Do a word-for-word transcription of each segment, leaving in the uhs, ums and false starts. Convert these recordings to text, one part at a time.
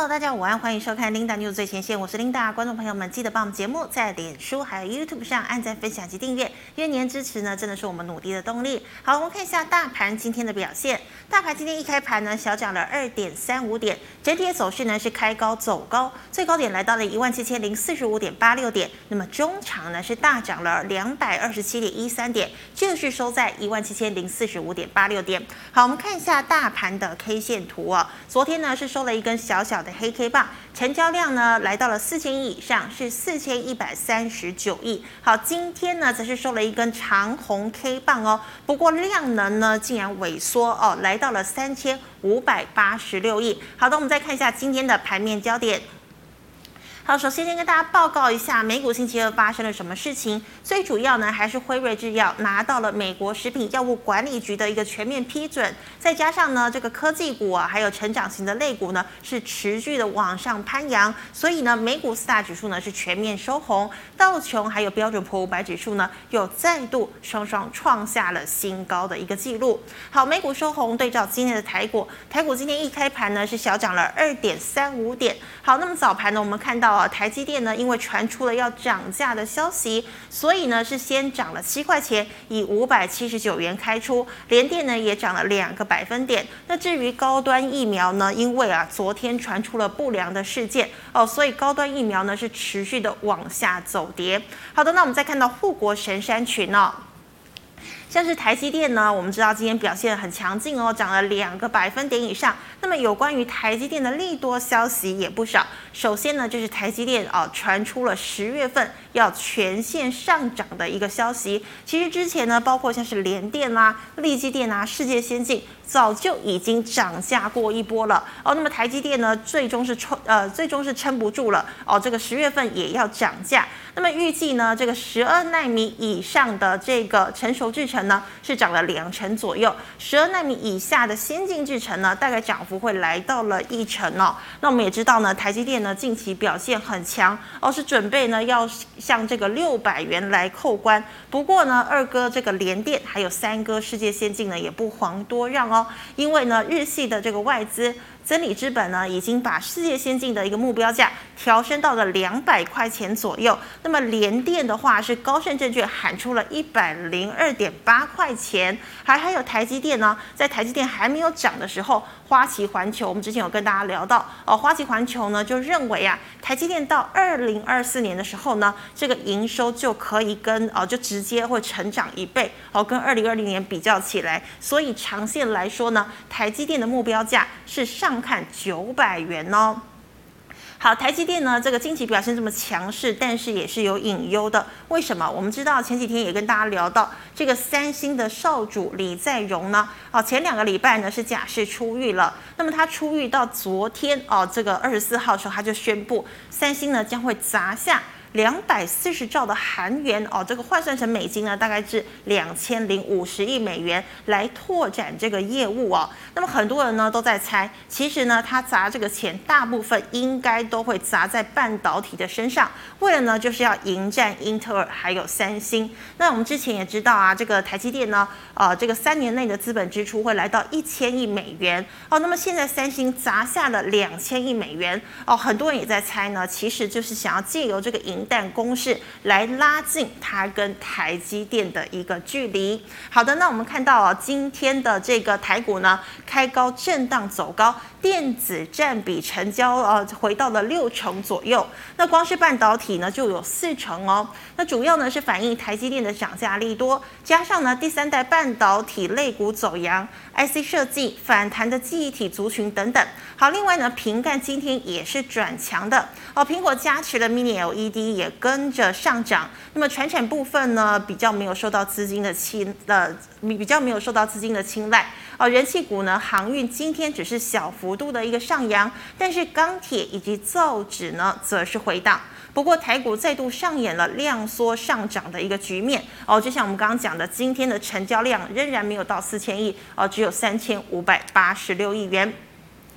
Hello， 大家午安，欢迎收看 Linda News 最前线，我是 Linda。观众朋友们，记得帮我们节目在脸书还有 YouTube 上按赞、分享及订阅，因为您的支持呢，真的是我们努力的动力。好，我们看一下大盘今天的表现。大盘今天一开盘呢，小涨了 二点三五点，整体的走势呢是开高走高，最高点来到了 一万七千零四十五点八六点，那么中场呢是大涨了两百二十七点一三点，就是收在 一万七千零四十五点八六点。好，我们看一下大盘的 K 线图哦，昨天呢是收了一根小小的黑 K 棒，成交量呢来到了四千亿以上，是四千一百三十九亿。好，今天呢则是收了一根长红 K 棒哦，不过量能呢竟然萎缩哦，来到了三千五百八十六亿。好的，我们再看一下今天的盘面焦点。好，首先先跟大家报告一下美股星期二发生了什么事情。最主要呢，还是辉瑞制药拿到了美国食品药物管理局的一个全面批准，再加上呢，这个科技股啊，还有成长型的类股呢，是持续的往上攀扬，所以呢，美股四大指数呢是全面收红，道琼还有标准普尔五百指数呢，又再度双双创下了新高的一个记录。好，美股收红，对照今天的台股，台股今天一开盘呢是小涨了 二点三五点。好，那么早盘呢，我们看到台积电呢，因为传出了要涨价的消息，所以呢是先涨了七块钱，以五百七十九元开出。联电呢也涨了两个百分点。那至于高端疫苗呢，因为啊昨天传出了不良的事件哦，所以高端疫苗呢是持续的往下走跌。好的，那我们再看到护国神山群哦。像是台积电呢，我们知道今天表现很强劲哦，涨了两个百分点以上。那么有关于台积电的利多消息也不少。首先呢，就是台积电啊传出了十月份要全线上涨的一个消息。其实之前呢，包括像是联电啦、力积电啊、世界先进，早就已经涨价过一波了哦。那么台积电呢，最终是撑呃最终是撑不住了哦，这个十月份也要涨价。那么预计呢，这个十二奈米以上的这个成熟制程呢，是涨了两成左右；十二奈米以下的先进制程呢，大概涨幅会来到了一成哦。那我们也知道呢，台积电呢近期表现很强哦，是准备呢要向这个六百元来扣关。不过呢，二哥这个联电还有三哥世界先进呢，也不遑多让哦，因为呢日系的这个外资增理资本呢，已经把世界先进的一个目标价调升到了两百块钱左右。那么联电的话，是高盛证券喊出了一百零二点八块钱，还还有台积电呢，在台积电还没有涨的时候，花旗环球我们之前有跟大家聊到哦，花旗环球呢就认为啊，台积电到二零二四年的时候呢，这个营收就可以跟哦就直接会成长一倍哦，跟二零二零年比较起来，所以长线来说呢，台积电的目标价是上看九百元哦。好，台积电呢，这个近期表现这么强势，但是也是有隐忧的。为什么？我们知道前几天也跟大家聊到，这个三星的少主李在镕呢，哦，前两个礼拜呢是假释出狱了。那么他出狱到昨天哦，这个二十四号的时候，他就宣布三星呢将会砸下两百四十兆的韩元哦，这个换算成美金呢，大概是两千零五十亿美元来拓展这个业务哦。那么很多人呢都在猜，其实呢他砸这个钱大部分应该都会砸在半导体的身上，为了呢就是要迎战英特尔还有三星。那我们之前也知道啊，这个台积电呢，呃，这个三年内的资本支出会来到一千亿美元哦。那么现在三星砸下了两千亿美元哦，很多人也在猜呢，其实就是想要借由这个银弹攻势来拉近它跟台积电的一个距离。好的，那我们看到哦，今天的这个台股呢，开高震荡走高，电子占比成交呃回到了六成左右。那光是半导体呢就有四成哦。那主要呢是反映台积电的涨价利多，加上呢第三代半导体类股走阳 ，I C 设计反弹的记忆体族群等等。好，另外呢，屏概今天也是转强的哦，苹果加持的 Mini L E D 也跟着上涨。那么传产部分呢，比较没有受到资金的青呃，比较没有受到资金的青睐哦。人气股呢，航运今天只是小幅度的一个上扬，但是钢铁以及造纸呢，则是回档。不过台股再度上演了量缩上涨的一个局面哦，就像我们刚刚讲的，今天的成交量仍然没有到四千亿哦，只有三千五百八十六亿元。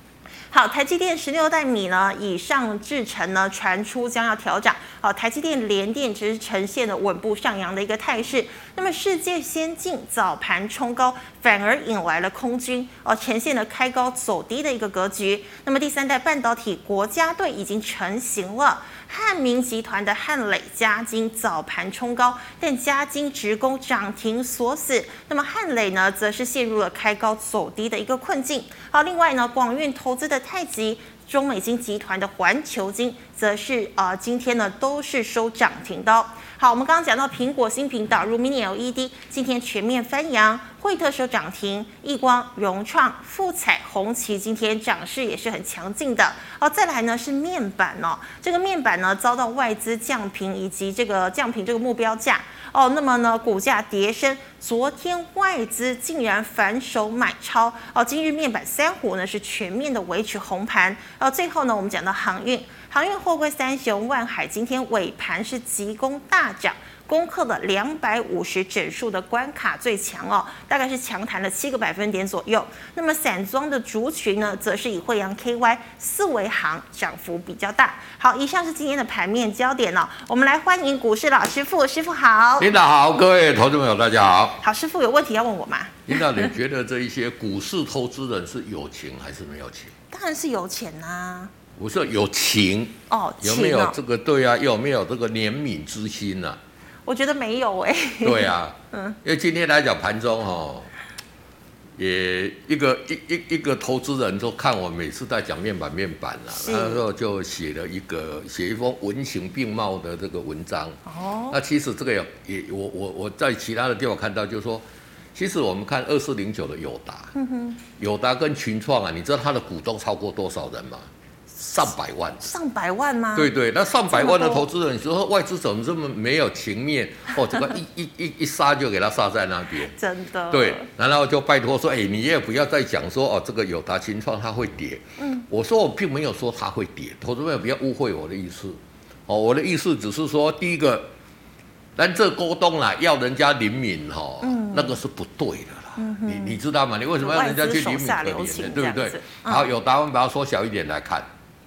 好，台积电十六奈米呢以上制程呢传出将要调涨，好，台积电、联电只是呈现了稳步上扬的一个态势。那么世界先进早盘冲高，反而引来了空军，哦，呈现了开高走低的一个格局。那么第三代半导体国家队已经成型了。汉明集团的汉磊、嘉晶早盘冲高，但嘉晶直攻涨停锁死。那么汉磊呢，则是陷入了开高走低的一个困境。好，另外呢，广运投资的太极、中美金集团的环球金，则是呃今天呢都是收涨停的哦。好，我们刚刚讲到苹果新品导入 Mini L E D， 今天全面翻扬，惠特收涨停，易光、融创、富彩、红旗今天涨势也是很强劲的。哦，再来呢是面板哦，这个面板呢遭到外资降评以及这个降评这个目标价哦，那么呢股价跌升，昨天外资竟然反手买超哦，今日面板三虎呢是全面的维持红盘。哦，最后呢我们讲到航运。航运货柜三雄万海今天尾盘是急攻大涨，攻克了两百五十整数的关卡最强哦，大概是强弹了七个百分点左右。那么散装的族群呢，则是以惠阳 K Y、四维航涨幅比较大。好，以上是今天的盘面焦点哦，我们来欢迎股市老师傅，师傅好。 领导好，各位投资朋友大家好。 好，师傅有问题要问我吗？ 领导，你觉得这一些股市投资人是有情还是没有情？ 当然是有钱啊。 我说有情哦， 有没有这个对啊？有没有这个怜悯之心呢、啊？ 我觉得没有哎、欸。 对啊，嗯，因为今天来讲盘中哈、哦，也一个一一一个投资人就看我每次在讲面板面板了，然后就写了一个写一封文情并茂的这个文章。哦，那其实这个也也我我我在其他的地方看到，就是说。其实我们看二四零九的友达，嗯哼，友达跟群创啊，你知道它的股东超过多少人吗？上百万。 上百万吗？ 对对，那上百万的投资人，你说外资怎么这么没有情面？哦，这个一一一一杀就给他杀在那边， 真的。 对，然后就拜托说，哎，你也不要再讲说哦，这个友达、群创它会跌。嗯，我说我并没有说它会跌，投资朋友不要误会我的意思。哦，我的意思只是说，第一个。但这股东啦，要人家怜悯哈、哦嗯，那个是不对的啦。嗯、你你知道吗？你为什么要人家去怜悯可怜的，对不对？嗯、好，有答案把它缩小一点来看。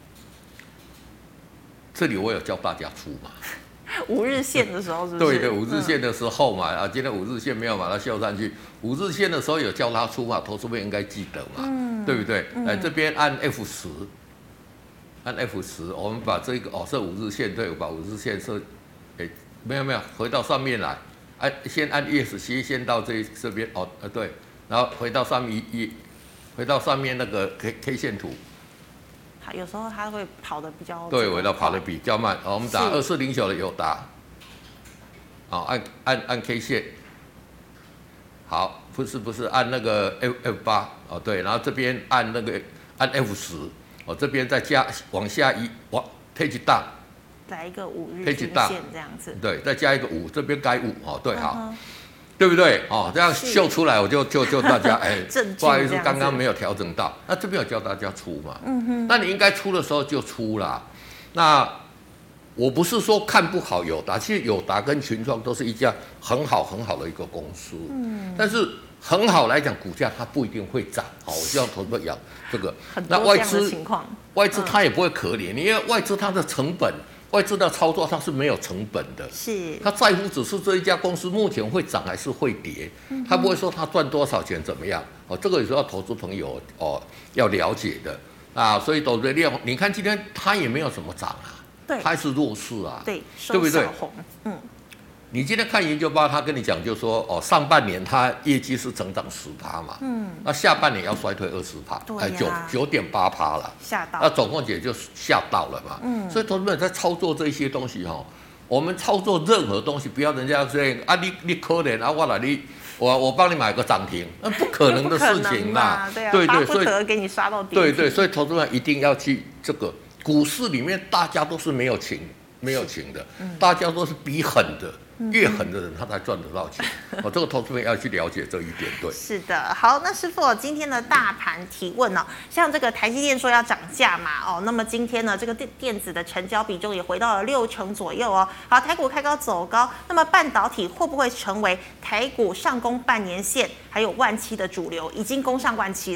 这里我有教大家出嘛。 五日线的时候是不是？ 对对，五日线的时候嘛，啊，今天五日线没有把它秀上去。五日线的时候有教他出嘛，投资朋友应该记得嘛，嗯、对不对？嗯、来这边按 F 十，按 F 十，我们把这个哦设五日线，对，我把五日线设，哎。没有没有，回到上面来，按先按 E S C 先到这这边哦，呃对，然后回到上面一，回到上面那个 K K 线图。 好，有时候它会跑得比较对，回到跑得比较慢。哦、我们打二四零九的友达，好、哦，按按按 K 线，好，不是不是按那个 F F 八哦对，然后这边按那个按 F 十，哦这边再加往下移，往 take down。 来一个五日均线这样子， 对，再加一个五，这边该五哦，对，好，嗯、对不对？哦，这样秀出来，我就就就大家哎，不好意思，刚刚没有调整到，那这边有教大家出嘛，嗯哼，那你应该出的时候就出啦。那我不是说看不好友达，其实友达跟群创都是一家很好很好的一个公司，嗯，但是很好来讲，股价它不一定会涨，好，我希望投资讲这个， 那外资情况， 外资它也不会可怜，因为外资它的成本。外资的操作它是没有成本的， 是它在乎只是这一家公司目前会涨还是会跌，嗯、他不会说他赚多少钱怎么样哦，这个也是要投资朋友哦要了解的啊，所以投资量，你看今天它也没有什么涨啊， 对， 它是弱势啊， 对， 对不对？ 嗯， 你今天看研究报，他跟你讲就说哦，上半年它业绩是成长十趴嘛，嗯，那下半年要衰退二十趴，哎九九点八趴了， 吓到， 那总共也就吓到了嘛，嗯，所以投资者在操作这些东西哈、哦，我们操作任何东西不要人家说啊你你可怜啊我来你我我帮你买个涨停，那不可能的事情啦， 对啊， 对对， 所以给你杀到底， 对对，所以投资者一定要去这个股市里面，大家都是没有情没有情的，嗯、大家都是比狠的。越狠的人，他才赚得到钱。哦，这个投资人要去了解这一点，对。 是的，好，那师傅，今天的大盘提问呢、哦，像这个台积电说要涨价嘛，哦，那么今天呢，这个电电子的成交比重也回到了六成左右哦。好，台股开高走高，那么半导体会不会成为台股上攻半年线，还有万七的主流？已经攻上万七了嘛？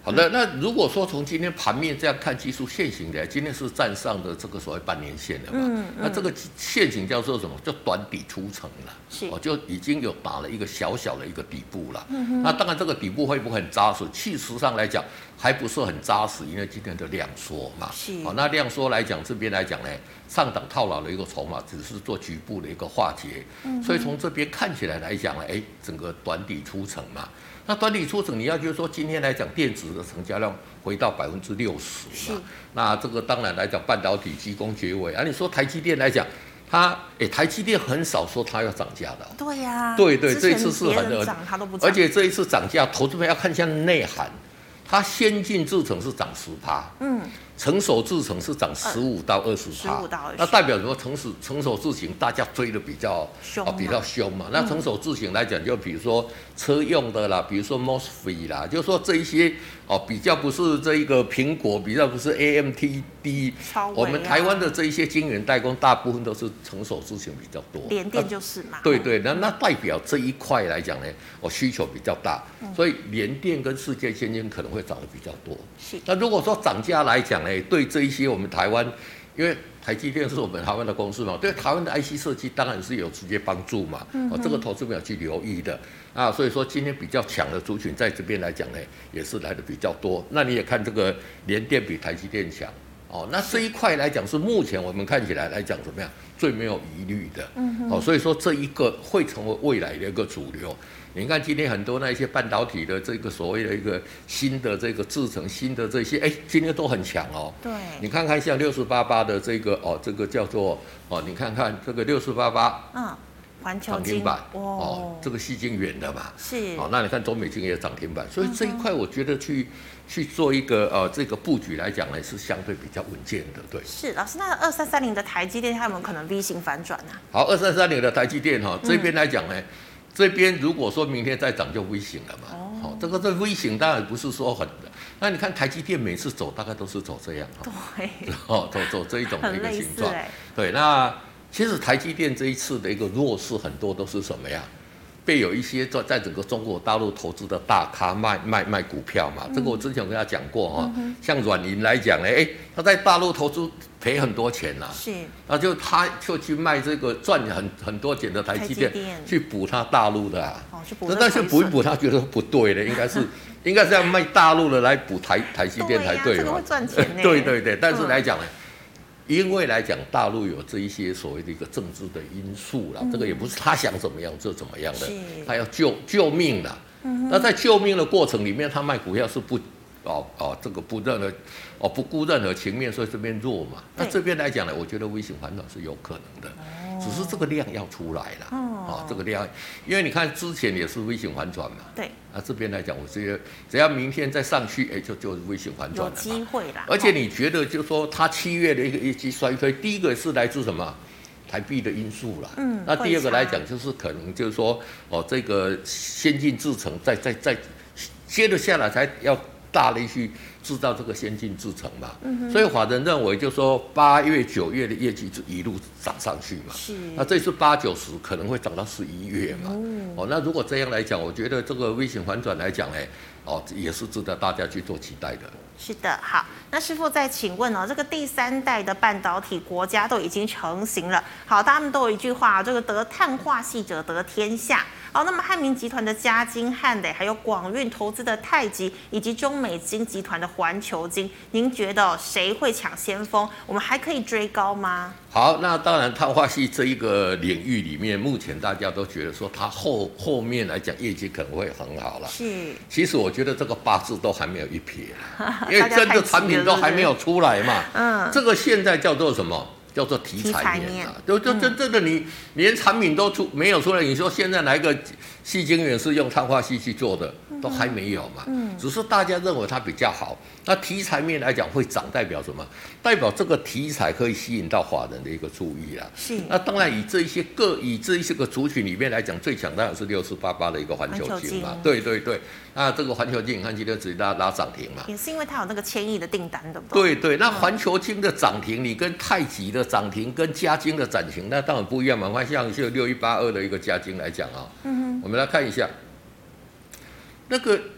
好的，那如果说从今天盘面这样看技术线型的，今天是站上的这个所谓半年线的嘛，嗯嗯、那这个线型叫做什么？叫短底出层了，是哦，就已经有打了一个小小的一个底部了。嗯、那当然这个底部会不会很扎实？气势上来讲还不是很扎实，因为今天的量缩嘛。是哦，那量缩来讲，这边来讲呢，上档套牢的一个筹码只是做局部的一个化解，嗯、所以从这边看起来来讲呢，哎，整个短底出层嘛。那短底出层，你要就是说，今天来讲，电子的成交量回到百分之六十嘛。那这个当然来讲，半导体急攻绝尾。而、啊、你说台积电来讲，它诶，台积电很少说它要涨价的、哦。 对呀、啊。 对对，这一次是很涨，它都不涨。 而且这一次涨价，投资者要看一下内涵。它先进制程是涨十趴，嗯，成熟制程是涨十五到二十趴，那代表什么？成熟成熟制程大家追的比较凶、啊，比较凶嘛。那成熟制程来讲，就比如说车用的啦，比如说 M O S F E T 啦，就是说这一些哦，比较不是这一个苹果，比较不是 A M T D，、啊、我们台湾的这一些晶圆代工，大部分都是成熟制程比较多。 联电就是嘛。 对对，那那代表这一块来讲呢，我、哦、需求比较大，嗯、所以联电跟世界先进可能会涨得比较多。是。那如果说涨价来讲呢，对这一些我们台湾，因为台积电是我们台湾的公司嘛，对台湾的 I C 设计当然是有直接帮助嘛。嗯、哦，这个投资没有去留意的啊，所以说今天比较强的族群在这边来讲呢，也是来的比较多。那你也看这个联电比台积电强。哦，那这一块来讲是目前我们看起来来讲怎么样最没有疑虑的，嗯、哦，所以说这一个会成为未来的一个主流。你看今天很多那一些半导体的这个所谓的一个新的这个制程，新的这些，哎，今天都很强哦。对，你看看像六四八八的这个哦，这个叫做哦，你看看这个六四八八，嗯。 环球涨停板哦，这个细晶圆的嘛， 是哦，那你看中美晶也涨停板，所以这一块我觉得去、嗯、去做一个呃这个布局来讲呢，是相对比较稳健的，对。 是老师，那二三三零的台积电，它有没有可能 V 型反转呢、 啊？好，二三三零的台积电哈、哦，这边来讲呢，嗯、这边如果说明天再涨就 V 型了嘛，哦，哦这个这 V 型当然不是说很的，那你看台积电每次走大概都是走这样， 对， 哦，走走这一种的一个形状，对，那。其实台积电这一次的一个弱势，很多都是什么呀？被有一些在在整个中国大陆投资的大咖卖卖卖股票嘛。嗯、这个我之前有跟他讲过哈、哦。嗯、像软银来讲呢，哎，他在大陆投资赔很多钱啦、啊，是，那就他就去卖这个赚很很多钱的台积电，去补他大陆的啊。哦，去补。但是补一补，他觉得不对的，应该是应该是要卖大陆的来补台台积电才对嘛。 对呀、这个会赚钱呢。 对对对，但是来讲呢。嗯因为来讲，大陆有这一些所谓的一个政治的因素啦，嗯、这个也不是他想怎么样就怎么样的，他要救救命啦。嗯、那在救命的过程里面，他卖股票是不哦哦这个不任何哦不顾任何情面，所以这边弱嘛。那这边来讲呢，我觉得微型反转是有可能的，哦、只是这个量要出来了。哦哦，这个量，因为你看之前也是微型反转嘛。对。啊，这边来讲，我觉得只要明天再上去，哎，就就微型反转了。 有机会啦。 而且你觉得，就说它七月的一个业绩衰退，第一个是来自什么？台币的因素啦。嗯。那第二个来讲，就是可能就是说，哦，这个先进制程再再再接着下来才要大力去制造这个先进制程嘛。嗯、所以法人认为，就说八月、九月的业绩就一路涨上去嘛。是。那这次八九十可能会涨到十一月嘛。嗯、哦，那如果这样来讲，我觉得这个微型反转来讲，哎，哦，也是值得大家去做期待的。 是的，好，那师傅再请问哦，这个第三代的半导体国家都已经成型了，好，他们都有一句话，这个得碳化系者得天下。好，那么汉明集团的嘉金、汉磊，还有广运投资的太极，以及中美金集团的环球金，您觉得谁会抢先锋？我们还可以追高吗？ 好，那当然，碳化系这一个领域里面，目前大家都觉得说它后后面来讲业绩可能会很好了。是，其实我觉得这个八字都还没有一撇，因为真的产品都还没有出来嘛。嗯，这个现在叫做什么？叫做题材面啊，就就真正的你连产品都出没有出来，你说现在哪一个矽晶圆是用碳化系去做的，都还没有嘛。嗯，只是大家认为它比较好。那题材面来讲会涨，代表什么？代表这个题材可以吸引到法人的一个注意啦。是。那当然以这一些个以这一些个族群里面来讲，最强当然是六四八八的一个环球晶嘛。对对对。那这个环球晶，你看今天直接拉拉涨停嘛。 也是因为它有那个千亿的订单，对不对？ 对对。那环球晶的涨停，你跟太极的涨停，跟嘉晶的涨停，那当然不一样嘛。像就六一八二的一个嘉晶来讲啊，嗯哼，我们来看一下那个。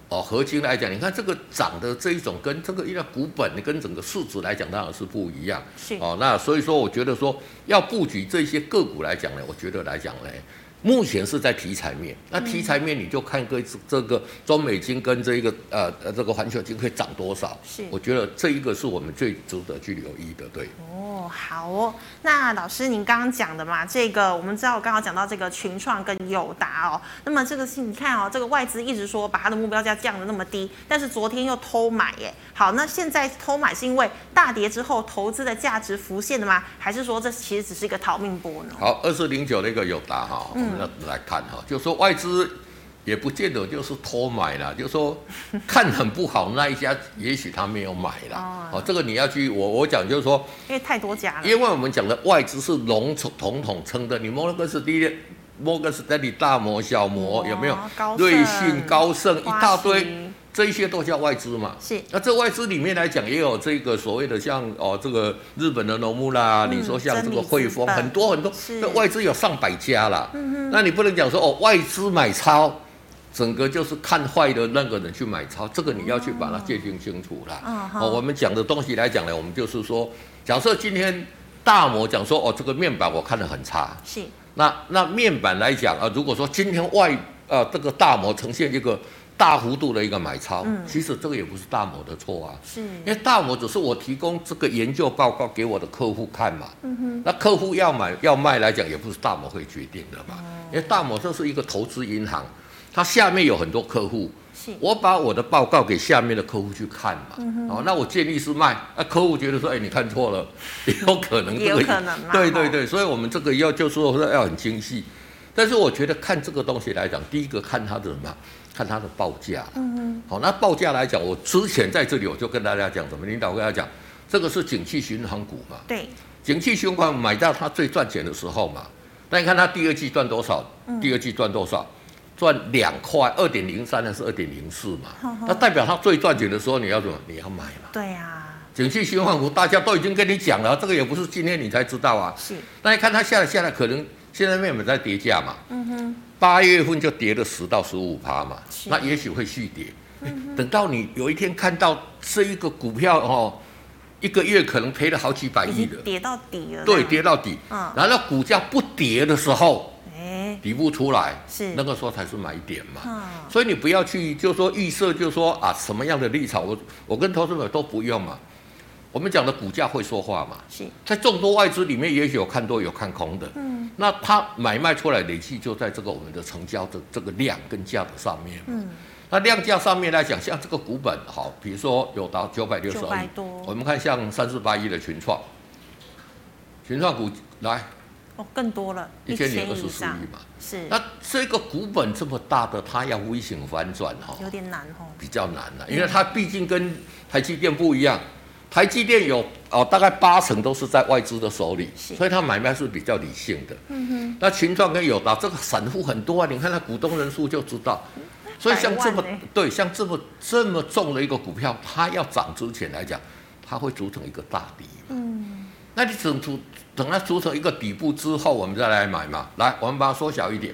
哦，合金来讲，你看这个涨的这一种跟这个一个股本跟整个市值来讲，当然是不一样。 是哦，那所以说，我觉得说要布局这些个股来讲呢，我觉得来讲呢，目前是在题材面。那题材面你就看个这个中美金跟这一个呃呃这个环球金会涨多少。 是， 我觉得这一个是我们最值得去留意的。对。 哦，好哦。那老师您刚刚讲的嘛，这个我们知道我刚刚讲到这个群创跟友达哦，那么这个是你看哦，这个外资一直说把它的目标价降得那么低，但是昨天又偷买耶。好，那现在偷买是因为大跌之后投资的价值浮现的吗？还是说这其实只是一个逃命波呢？ 好，二四零九的一个友达哈，我们来看哈，就是说外资也不见得就是偷买啦，就是说看很不好那一家，也许他没有买啦。哦，这个你要去我我讲就是说， 因为太多家了。 因为我们讲的外资是笼统统称的，你摩根士丹利、摩根士丹利大摩、小摩有没有？瑞信、高盛一大堆。这一些都叫外资嘛， 是。 那这外资里面来讲，也有这个所谓的像哦，这个日本的农木啦，嗯、你说像这个汇丰，很多很多，那外资有上百家啦。嗯那你不能讲说哦，外资买超，整个就是看坏的那个人去买超，这个你要去把它界定清楚啦。嗯、哦，我们讲的东西来讲呢，我们就是说，假设今天大摩讲说哦，这个面板我看得很差， 是。 那那面板来讲啊，如果说今天外呃这个大摩呈现一个大幅度的一个买超，嗯、其实这个也不是大摩的错啊， 是， 因为大摩只是我提供这个研究报告给我的客户看嘛，嗯哼，那客户要买要卖来讲，也不是大摩会决定的嘛，哦、因为大摩这是一个投资银行，它下面有很多客户，是，我把我的报告给下面的客户去看嘛，嗯、哦，那我建议是卖，那客户觉得说，哎，你看错了，也有可能、這個， 也有可能嘛， 对对对，所以我们这个要就是说要很精细，但是我觉得看这个东西来讲，第一个看它的什么？看它的报价，嗯嗯，好，那报价来讲，我之前在这里我就跟大家讲，什么？领导跟大家讲，这个是景气循环股嘛， 对， 景气循环买到它最赚钱的时候嘛，那你看它第二季赚多少？嗯、第二季赚多少？赚两块，二点零三还是二点零四嘛？呵呵那代表它最赚钱的时候，你要怎么？你要买嘛？ 对呀、啊， 景气循环股大家都已经跟你讲了，这个也不是今天你才知道啊。 是， 那你看它下来下来，可能现在面板在跌价嘛，嗯哼。八月份就跌了十到十五趴嘛，那也许会续跌。嗯、等到你有一天看到这一个股票哦，一个月可能赔了好几百亿的， 跌到底了。 对，跌到底。嗯，然后股价不跌的时候，哎，底部出来， 是那个时候才是买点嘛。嗯、所以你不要去就说预设，就说啊什么样的立场，我我跟投资者都不用嘛。我们讲的股价会说话嘛？ 是在众多外资里面，也许有看多有看空的。嗯，那它买卖出来累计就在这个我们的成交的这个量跟价的上面。嗯，那量价上面来讲，像这个股本好，比如说有到九百六十二亿，我们看像三四八亿的群创，群创股来哦更多了， 一千零二十四亿嘛。 是那这个股本这么大的，它要微型反转哈， 有点难哦， 比较难了，因为它毕竟跟台积电不一样。台积电有哦，大概八成都是在外资的手里，所以它买卖是比较理性的。嗯哼。那群创跟友达这个散户很多啊，你看它股东人数就知道。所以像这么对，像这么这么重的一个股票，它要涨之前来讲，它会组成一个大底嘛。嗯。那你整组等它组成一个底部之后，我们再来买嘛。来，我们把它缩小一点，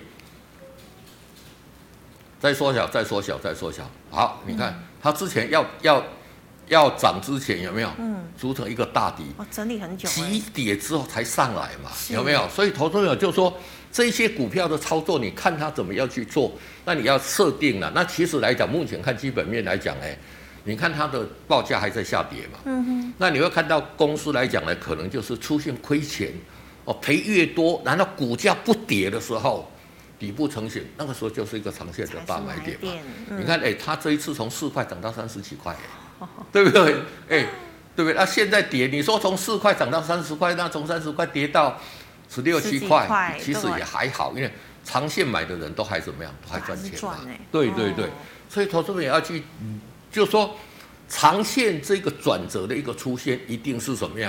再缩小，再缩小，再缩小。好，你看、嗯、它之前要要。要涨之前有没有？嗯，组成一个大底， 哦，整理很久， 急跌之后才上来嘛，有没有？所以投资者就说，这些股票的操作，你看它怎么样去做，那你要设定了。那其实来讲，目前看基本面来讲，哎，你看它的报价还在下跌嘛，嗯哼，那你会看到公司来讲呢，可能就是出现亏钱，哦，赔越多，然后股价不跌的时候。底部成型，那个时候就是一个长线的大买点嘛。嗯、你看，哎，它这一次从四块涨到三十几块，哦、对不对？哎，对不对？那、啊、现在跌，你说从四块涨到三十块，那从三十块跌到十六七块，其实也还好，因为长线买的人都还怎么样，都还赚钱嘛。对对对，哦、所以投资者也要去，就说长线这个转折的一个出现，一定是什么样？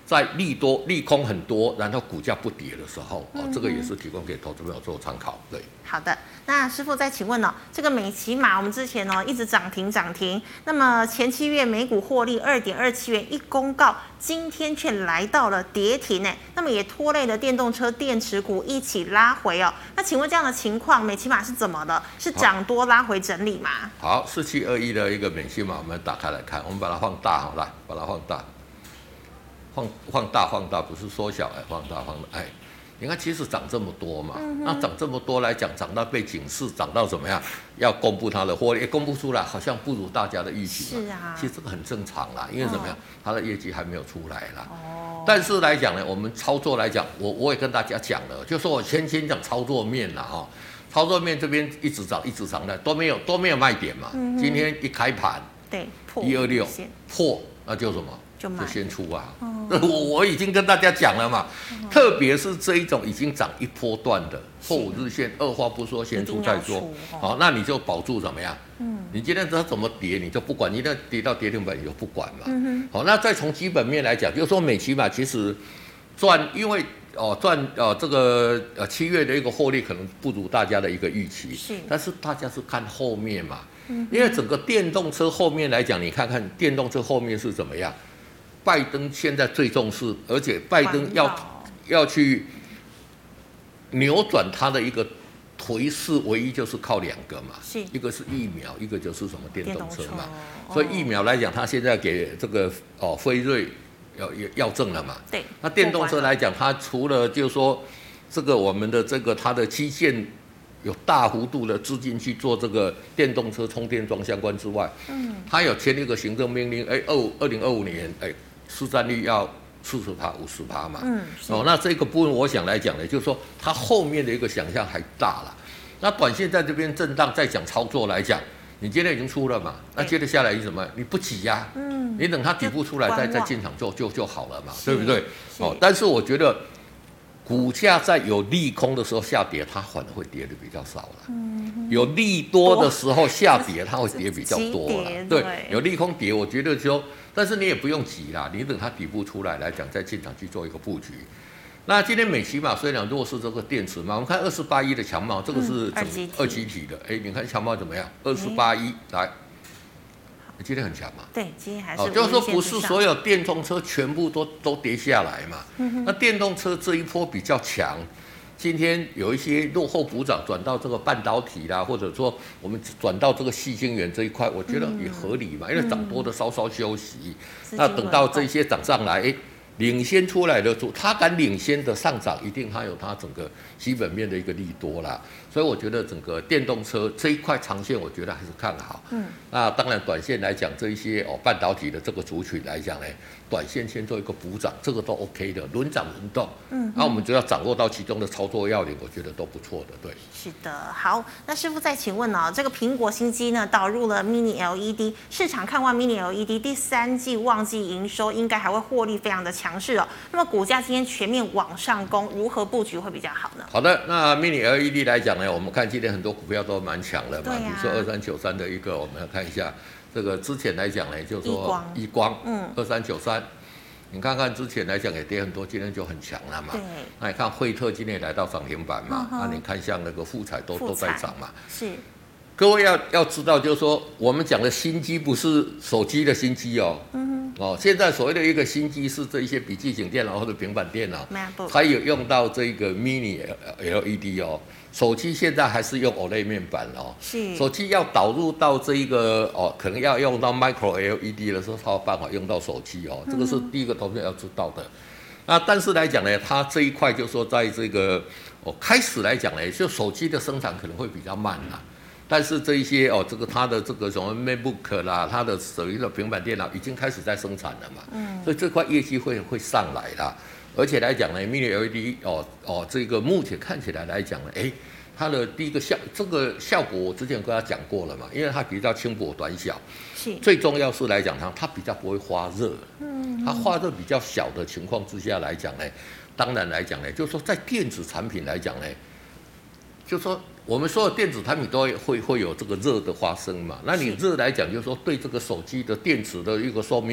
在利多利空很多，然后股价不跌的时候，哦，这个也是提供给投资朋友做参考。对， 好的，那师傅再请问哦，这个美骑马我们之前哦一直涨停涨停，那么前七月每股获利二点二七元，一公告今天却来到了跌停呢，那么也拖累了电动车电池股一起拉回哦。那请问这样的情况，美骑马是怎么的？是涨多拉回整理吗？ 好，四七二一的一个美骑马，我们打开来看，我们把它放大，好来，把它放大。放放大放大不是缩小，哎，放大放大，哎，你看其实涨这么多嘛，嗯、那涨这么多来讲，涨到被警示，涨到怎么样？要公布它的获利，也公布出来，好像不如大家的预期嘛。 是啊， 其实这个很正常啦，因为怎么样，它的业绩还没有出来啦。哦。但是来讲呢，我们操作来讲，我我也跟大家讲了，就说我先先讲操作面啦，哈，操作面这边一直涨一直涨的，都没有都没有卖点嘛。嗯、今天一开盘， 对， 一二六破，那就什么？ 就, 就先出啊！哦、我我已经跟大家讲了嘛，哦、特别是这一种已经涨一波段的破五日线，二话不说先出再说。好、哦，那你就保住怎么样？嗯，你今天它怎么跌，你就不管，你那跌到跌停板你就不管嘛。嗯好、哦，那再从基本面来讲，就是说美骑马其实赚，因为哦赚呃这个呃七月的一个获利可能不如大家的一个预期， 是， 但是大家是看后面嘛，嗯、因为整个电动车后面来讲，你看看电动车后面是怎么样。拜登现在最重视，而且拜登要要去扭转他的一个颓势，唯一就是靠两个嘛，一个是疫苗，一个就是什么电动车嘛。哦、所以疫苗来讲，他现在给这个哦辉瑞要要证了嘛。 对。 那电动车来讲，它除了就是说这个我们的这个它的基建有大幅度的资金去做这个电动车充电桩相关之外，嗯，它有签一个行政命令，哎，二二零二五年，哎。市占率要四十趴、五十趴嘛，嗯，哦，那这个部分我想来讲呢，就是说它后面的一个想象还大了。那短线在这边震荡，再讲操作来讲，你今天已经出了嘛，那接着下来你什么？你不急呀、啊，嗯，你等它底部出来再再进场做就就好了嘛，对不对？哦，但是我觉得股价在有利空的时候下跌，它反而会跌的比较少了。嗯，有利多的时候下跌，它会跌比较多了。对，有利空跌，我觉得就。但是你也不用急啦，你等它底部出来来讲，再进场去做一个布局。那今天美骑马虽然弱势这个电池嘛，我们看二四八一的强茂，这个是整二极体的，哎、嗯，你看强茂怎么样？二四八一来，今天很强嘛？ 对，今天还是、 哦。就是说不是所有电动车全部都都跌下来嘛？嗯、那电动车这一波比较强。今天有一些落后补涨转到这个半导体啦，或者说我们转到这个矽晶圆这一块，我觉得也合理嘛，因为涨多的稍稍休息，嗯、那等到这些涨上来，哎，领先出来的主，它敢领先的上涨，一定它有它整个基本面的一个利多啦。所以我觉得整个电动车这一块长线，我觉得还是看好。嗯，那当然短线来讲，这一些哦半导体的这个族群来讲呢，短线先做一个补涨，这个都 OK 的，轮涨轮动。嗯，那我们只要掌握到其中的操作要领，我觉得都不错的。对， 是的。好，那师傅再请问哦，这个苹果新机呢导入了 Mini L E D， 市场看望 Mini L E D 第三季旺季营收应该还会获利非常的强势哦。那么股价今天全面往上攻，如何布局会比较好呢？ 好的，那 Mini L E D 来讲呢，我们看今天很多股票都蛮强的嘛，啊、比如说二三九三的一个，我们要看一下这个之前来讲呢，就是说一光，嗯，二三九三。你看看之前来讲也跌很多，今天就很强了嘛。那你看惠特今天也来到涨停板嘛，那、嗯啊、你看像那个富彩都都在涨嘛。 是。 各位要要知道，就是说我们讲的新机不是手机的新机哦。嗯哦，现在所谓的一个新机是这一些笔记型电脑或者平板电脑，它有用到这个 Mini L E D 哦。手机现在还是用 O L E D 面板哦， 是手机要导入到这一个哦，可能要用到 Micro L E D 的时候，才有办法用到手机哦，这个是第一个投资者要知道的。那但是来讲呢，它这一块就是说，在这个哦开始来讲呢，就手机的生产可能会比较慢啦，但是这一些哦，这个它的这个什么 MacBook 啦，它的手机的平板电脑已经开始在生产了嘛，嗯，所以这块业绩会会上来啦。而且来讲呢 ，Mini L E D 哦哦，这个目前看起来来讲呢，哎，它的第一个效这个效果我之前跟他讲过了嘛，因为它比较轻薄短小， 是最重要是来讲它它比较不会发热，嗯，它发热比较小的情况之下来讲呢，当然来讲呢，就是说在电子产品来讲呢，就是说我们所有电子产品都会会会有这个热的发生嘛，那你热来讲就是说对这个手机的电池的一个寿命。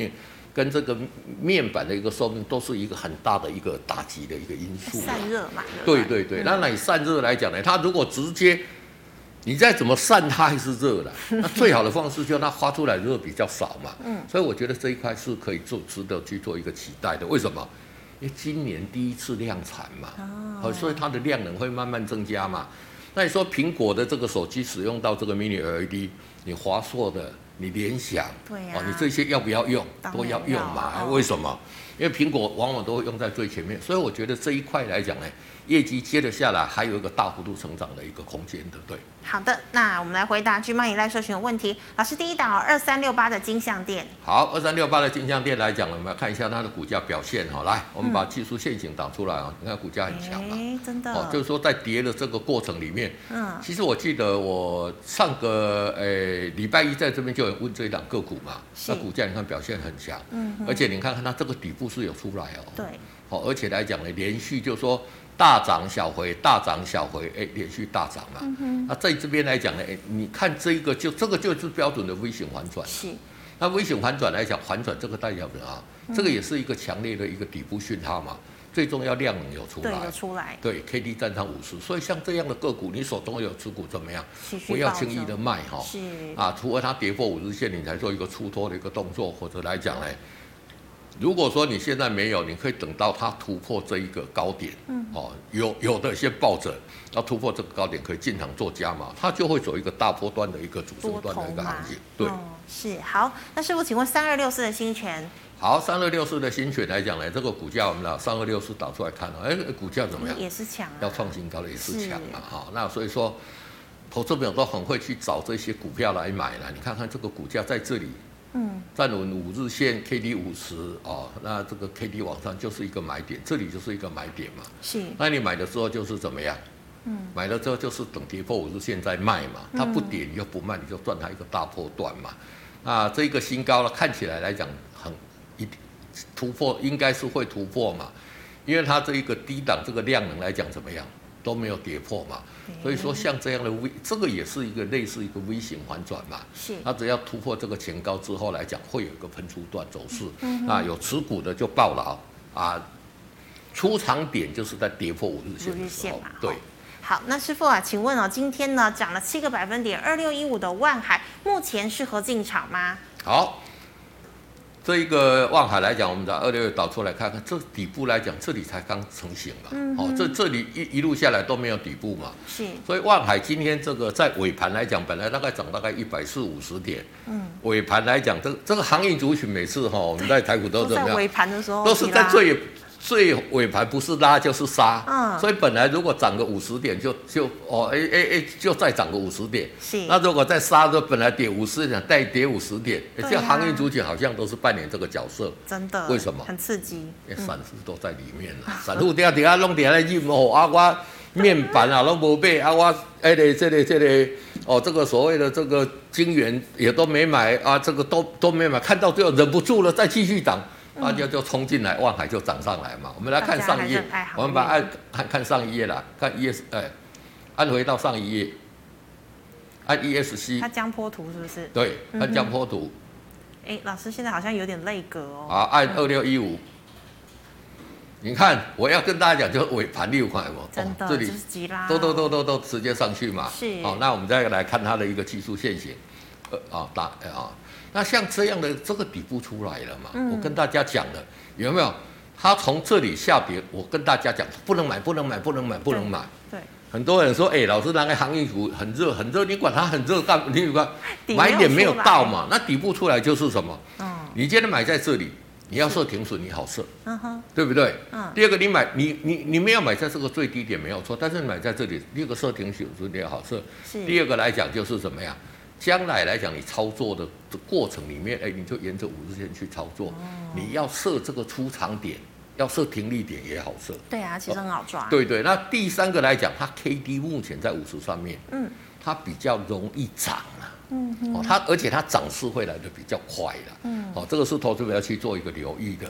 跟这个面板的一个寿命都是一个很大的一个打击的一个因素。 散热嘛。 对对对，那你散热来讲呢，它如果直接你再怎么散，它还是热的。那最好的方式就是它发出来热比较少嘛。嗯，所以我觉得这一块是可以做值得去做一个期待的。为什么？因为今年第一次量产嘛，哦，所以它的量能会慢慢增加嘛。那你说苹果的这个手机使用到这个 mini L E D， 你华硕的。你联想， 对呀、 啊，哦，你这些要不要用？都要用嘛？为什么？因为苹果往往都会用在最前面，所以我觉得这一块来讲呢，业绩接着下来还有一个大幅度成长的一个空间，对不对？ 好的，那我们来回答居贸以赖社群的问题。老师，第一档二三六八的金像电。 好，二三六八的金像电来讲，我们来看一下它的股价表现哈。来，我们把技术线型导出来啊，你看股价很强嘛， 哎，真的。 哦，就是说在跌的这个过程里面，嗯，其实我记得我上个呃礼拜一在这边就有问这一档个股嘛，那股价你看表现很强，嗯，而且你看看它这个底部是有出来哦， 对， 哦，而且来讲呢，连续就说。大涨小回，大涨小回，哎，连续大涨嘛。嗯、那在这边来讲呢，哎，你看这个就这个就是标准的 V 型反转。 是。 那 V 型反转来讲，反转这个代表着啊，嗯、这个也是一个强烈的一个底部讯号嘛。最重要量能有出来， 对，有出来。 对 ，K D 站上五十，所以像这样的个股，你手中有持股怎么样？不要轻易的卖哈。 是。 啊，除了它跌破五日线，你才做一个出脱的一个动作，或者来讲呢。如果说你现在没有，你可以等到它突破这一个高点，嗯，哦，有有的先抱着，要突破这个高点可以进场做加码，它就会走一个大波段的一个主升段的一个行情，对、 哦，是好。那师傅，请问三二六四的新权？ 好，三二六四的新权来讲呢，这个股价我们拿三二六四导出来看啊，哎，股价怎么样？ 也是强、啊， 要创新高的也是强嘛，哈、哦，那所以说，投资朋友都很会去找这些股票来买了，你看看这个股价在这里。嗯，站稳五日线 K D 五十哦，那这个 K D 往上就是一个买点，这里就是一个买点嘛。是，那你买的时候就是怎么样？嗯，买了之后就是等跌破五日线再卖嘛，它不跌你又不卖，你就赚它一个大波段嘛。那这个新高了，看起来来讲很一突破，应该是会突破嘛，因为它这一个低档这个量能来讲怎么样？都没有跌破嘛，所以说像这样的 V， 这个也是一个类似一个 V 型反转嘛。是，它只要突破这个前高之后来讲，会有一个喷出段走势。嗯、啊，有持股的就抱牢啊，出场点就是在跌破五日线的时候。对。 好，那师傅啊，请问哦，今天呢涨了七个百分点，二六一五的万海目前适合进场吗？ 好。这一个万海来讲，我们把二六导出来看看，这底部来讲，这里才刚成型嘛，嗯、哦，这这里一一路下来都没有底部嘛，是，所以万海今天这个在尾盘来讲，本来大概涨大概一百四五十点，嗯，尾盘来讲，这这个航运族群每次哈、哦，我们在台股都怎么样？ 在尾盘的时候， 都是在最最尾盘不是拉就是杀，嗯，所以本来如果涨个五十点就就哦哎哎哎就再涨个五十点，是，那如果再杀的本来跌五十点再跌五十点，这、啊、航运族群好像都是扮演这个角色， 真的， 为什么？ 很刺激， 因为散户都在里面了，散户底下底下弄底下来入哦啊我面板啊都没买啊我哎嘞这里这里哦这个所谓的这个晶圆也都没买啊这个都都没买，看到最后忍不住了再继续涨。大家就冲进来，万海就涨上来嘛。我们来看上一页，我们把按看看上一页啦，看 E S 哎，按回到上一页，按 E S C。 它江波图是不是？ 对，看江波图。 哎、嗯，老师现在好像有点累格哦。 啊，按二六一五。你看，我要跟大家讲，就是尾盘六块嘛， 真的， 哦、这里就是急拉、哦， 都都都都都直接上去嘛。是。好、哦，那我们再来看它的一个技术线型，呃啊大啊。哦那像这样的这个底部出来了嘛？嗯、我跟大家讲了，有没有？它从这里下跌，我跟大家讲，不能买，不能买，不能买，不能买。对。对很多人说，哎、欸，老师，那个航运股很热，很热，你管它很热干？你管买点没有到嘛？那底部出来就是什么？嗯。你今天买在这里，你要设停损，你好设，嗯哼，对不对？嗯。第二个，你买你你你没有买在这个最低点没有错，但是你买在这里，第一个设停损你要好设。是。第二个来讲就是怎么样？将来来讲，你操作的过程里面，哎，你就沿着五日线去操作。哦、你要设这个出场点，要设停利点也好设。 对啊，其实很好抓。 对对，那第三个来讲，它 K D 目前在五十上面，嗯，它比较容易涨啊。嗯嗯。哦，它而且它涨势会来的比较快了。嗯。哦，这个是投资者要去做一个留意的。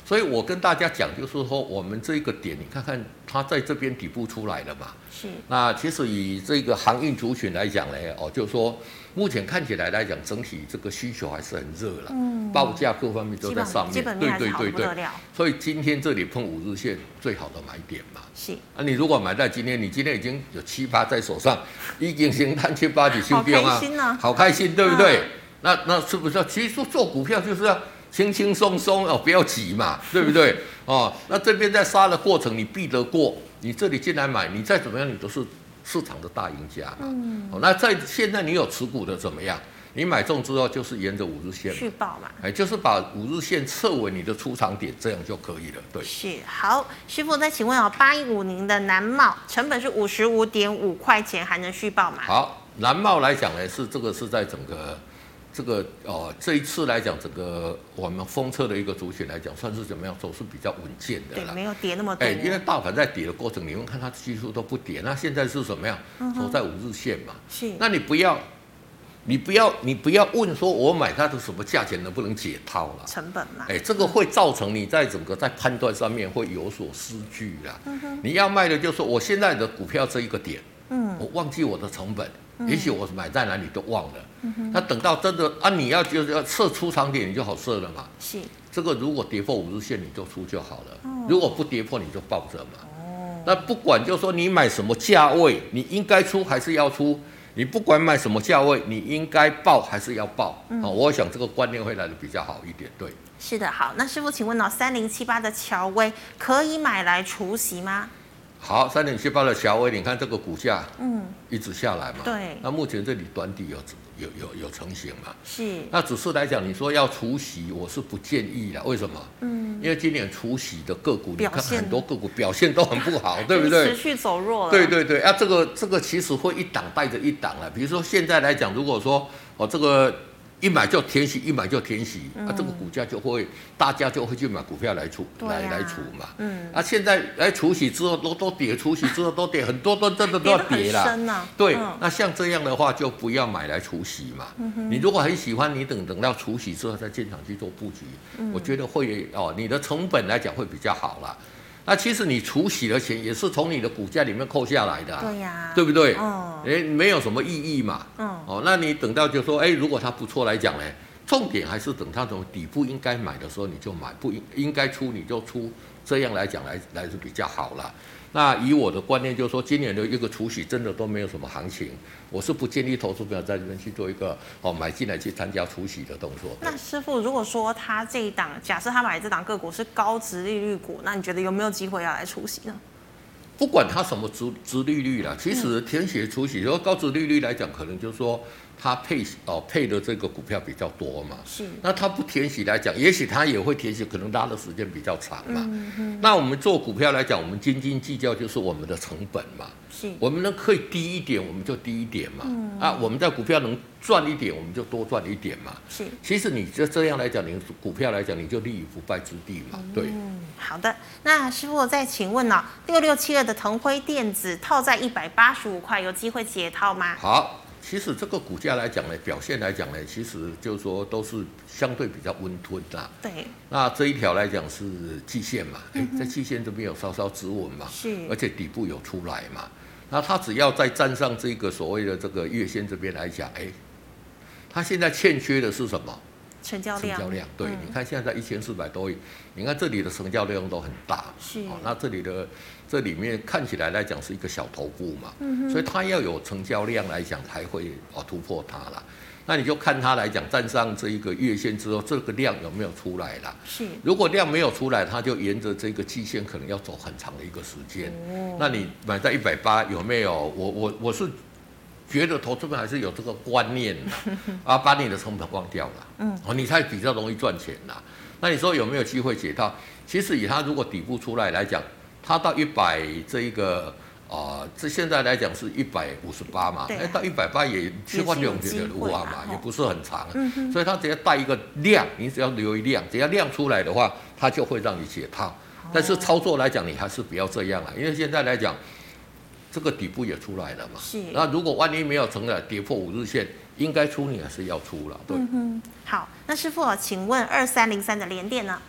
所以我跟大家讲，就是说我们这个点，你看看它在这边底部出来了嘛。 是。 那其实以这个航运族群来讲呢，哦，就是说目前看起来来讲，整体这个需求还是很热了，嗯，报价各方面都在上面， 基本面还是好得不得了。 所以今天这里碰五日线，最好的买点嘛。 是。 啊，你如果买在今天，你今天已经有七八在手上，已经形态七八几修标啊， 好开心啊， 好开心，对不对？嗯、那那是不是？其实做股票就是要轻轻松松哦，不要急嘛，对不对？哦，那这边在杀的过程，你避得过，你这里进来买，你再怎么样，你都是市场的大赢家嘛。嗯。哦，那在现在你有持股的怎么样？你买中之后就是沿着五日线续报嘛， 哎，就是把五日线测为你的出场点，这样就可以了。对， 是好，师傅再请问哦，八一五零的南茂成本是五十五点五块钱，还能续报吗？ 好，南茂来讲呢，是这个是在整个这个哦这一次来讲，整个我们封测的一个族群来讲，算是怎么样走势比较稳健的啦。 对，没有跌那么多。 哎，因为大盘在跌的过程，你们看它几乎都不跌，那现在是什么样？走在五日线嘛。 是， 那你不要。你不要，你不要问说，我买它的什么价钱能不能解套了？ 成本嘛， 哎，这个会造成你在整个在判断上面会有所失据啦。嗯、你要卖的就是说，我现在的股票这一个点，嗯，我忘记我的成本，嗯、也许我买在哪里都忘了。嗯、那等到真的啊，你要就是要设出场点，你就好设了嘛。 是， 这个如果跌破五日线，你就出就好了；哦、如果不跌破，你就抱着嘛。哦，那不管就是说你买什么价位，你应该出还是要出。你不管买什么价位，你应该报还是要报？嗯、哦，我想这个观念会来的比较好一点。对， 是的，好，那师傅，请问哦，三零七八的乔威可以买来除息吗？ 好，三零七八的乔威，你看这个股价，嗯，一直下来嘛。 对。 那目前这里短底有有有有成型嘛？ 是。 那只是来讲，你说要除息，我是不建议的。为什么？嗯，因为今年除息的个股，你看很多个股表现都很不好，对不对？ 持续走弱了。 对对对，啊，这个这个其实会一档带着一档了。比如说现在来讲，如果说哦这个。一买就填息，一买就填息，嗯、啊，这个股价就会，大家就会去买股票来除，啊、来来除嘛。嗯，啊，现在来除息之后都都跌，除息之后都跌，很多都真的都要跌了。 跌啊、 对，嗯、那像这样的话就不要买来除息嘛。嗯、你如果很喜欢，你等等到除息之后再进场去做布局，嗯、我觉得会哦，你的成本来讲会比较好啦。那其实你除息的钱也是从你的股价里面扣下来的、啊， 对呀、啊， 对不对？哦，哎，没有什么意义嘛。嗯，哦，那你等到就说，哎，如果它不错来讲呢，重点还是等它从底部应该买的时候你就买，不应应该出你就出，这样来讲来来是比较好啦。那以我的观念就是说，今年的一个除息真的都没有什么行情，我是不建议投资朋友在这边去做一个哦买进来去参加除息的动作。 那师傅，如果说他这一档，假设他买这档个股是高殖利率股，那你觉得有没有机会要来除息呢？ 不管它什么殖殖利率啦，其实填写除息，如果高殖利率来讲，可能就是说它配哦配的这个股票比较多嘛。是。那它不填息来讲，也许它也会填息，可能拉的时间比较长嘛。嗯嗯。那我们做股票来讲，我们斤斤计较就是我们的成本嘛。是。我们能可以低一点，我们就低一点嘛。嗯。啊，我们在股票能赚一点，我们就多赚一点嘛。是。其实你就这样来讲，你股票来讲，你就立于不败之地嘛。对。 嗯，好的。那师傅再请问呢、哦，六六七二的腾辉电子套在一百八十五块，有机会解套吗？ 好。其实这个股价来讲呢，表现来讲呢，其实就是说都是相对比较温吞啦。对。那这一条来讲是季线嘛，哎、嗯，在季线这边有稍稍止稳嘛，是，而且底部有出来嘛。那它只要再站上这个所谓的这个月线这边来讲，哎，它现在欠缺的是什么？ 成交量。 成交量，对，嗯、你看现在在一千四百多亿，你看这里的成交量都很大，是。哦，那这里的。这里面看起来来讲是一个小头部嘛，嗯、所以它要有成交量来讲才会哦突破它啦。那你就看它来讲站上这一个月线之后，这个量有没有出来啦？是。如果量没有出来，它就沿着这个季线可能要走很长的一个时间。哦。那你买在一百八有没有？我我我是觉得投资人还是有这个观念的啊，把你的成本忘掉了，嗯，哦，你才比较容易赚钱啦。那你说有没有机会解套？其实以它如果底部出来来讲。它到一百这一个啊、呃，这现在来讲是一百五十八嘛，哎、啊，到一百八也切换两节的路啊嘛，也不是很长，嗯、所以它只要带一个量，你只要留一量，只要量出来的话，它就会让你解套。哦、但是操作来讲，你还是不要这样了，因为现在来讲，这个底部也出来了嘛，是。那如果万一没有成了跌破五日线，应该出你还是要出了，对。 嗯、好，那师傅，请问二三零三的联电呢？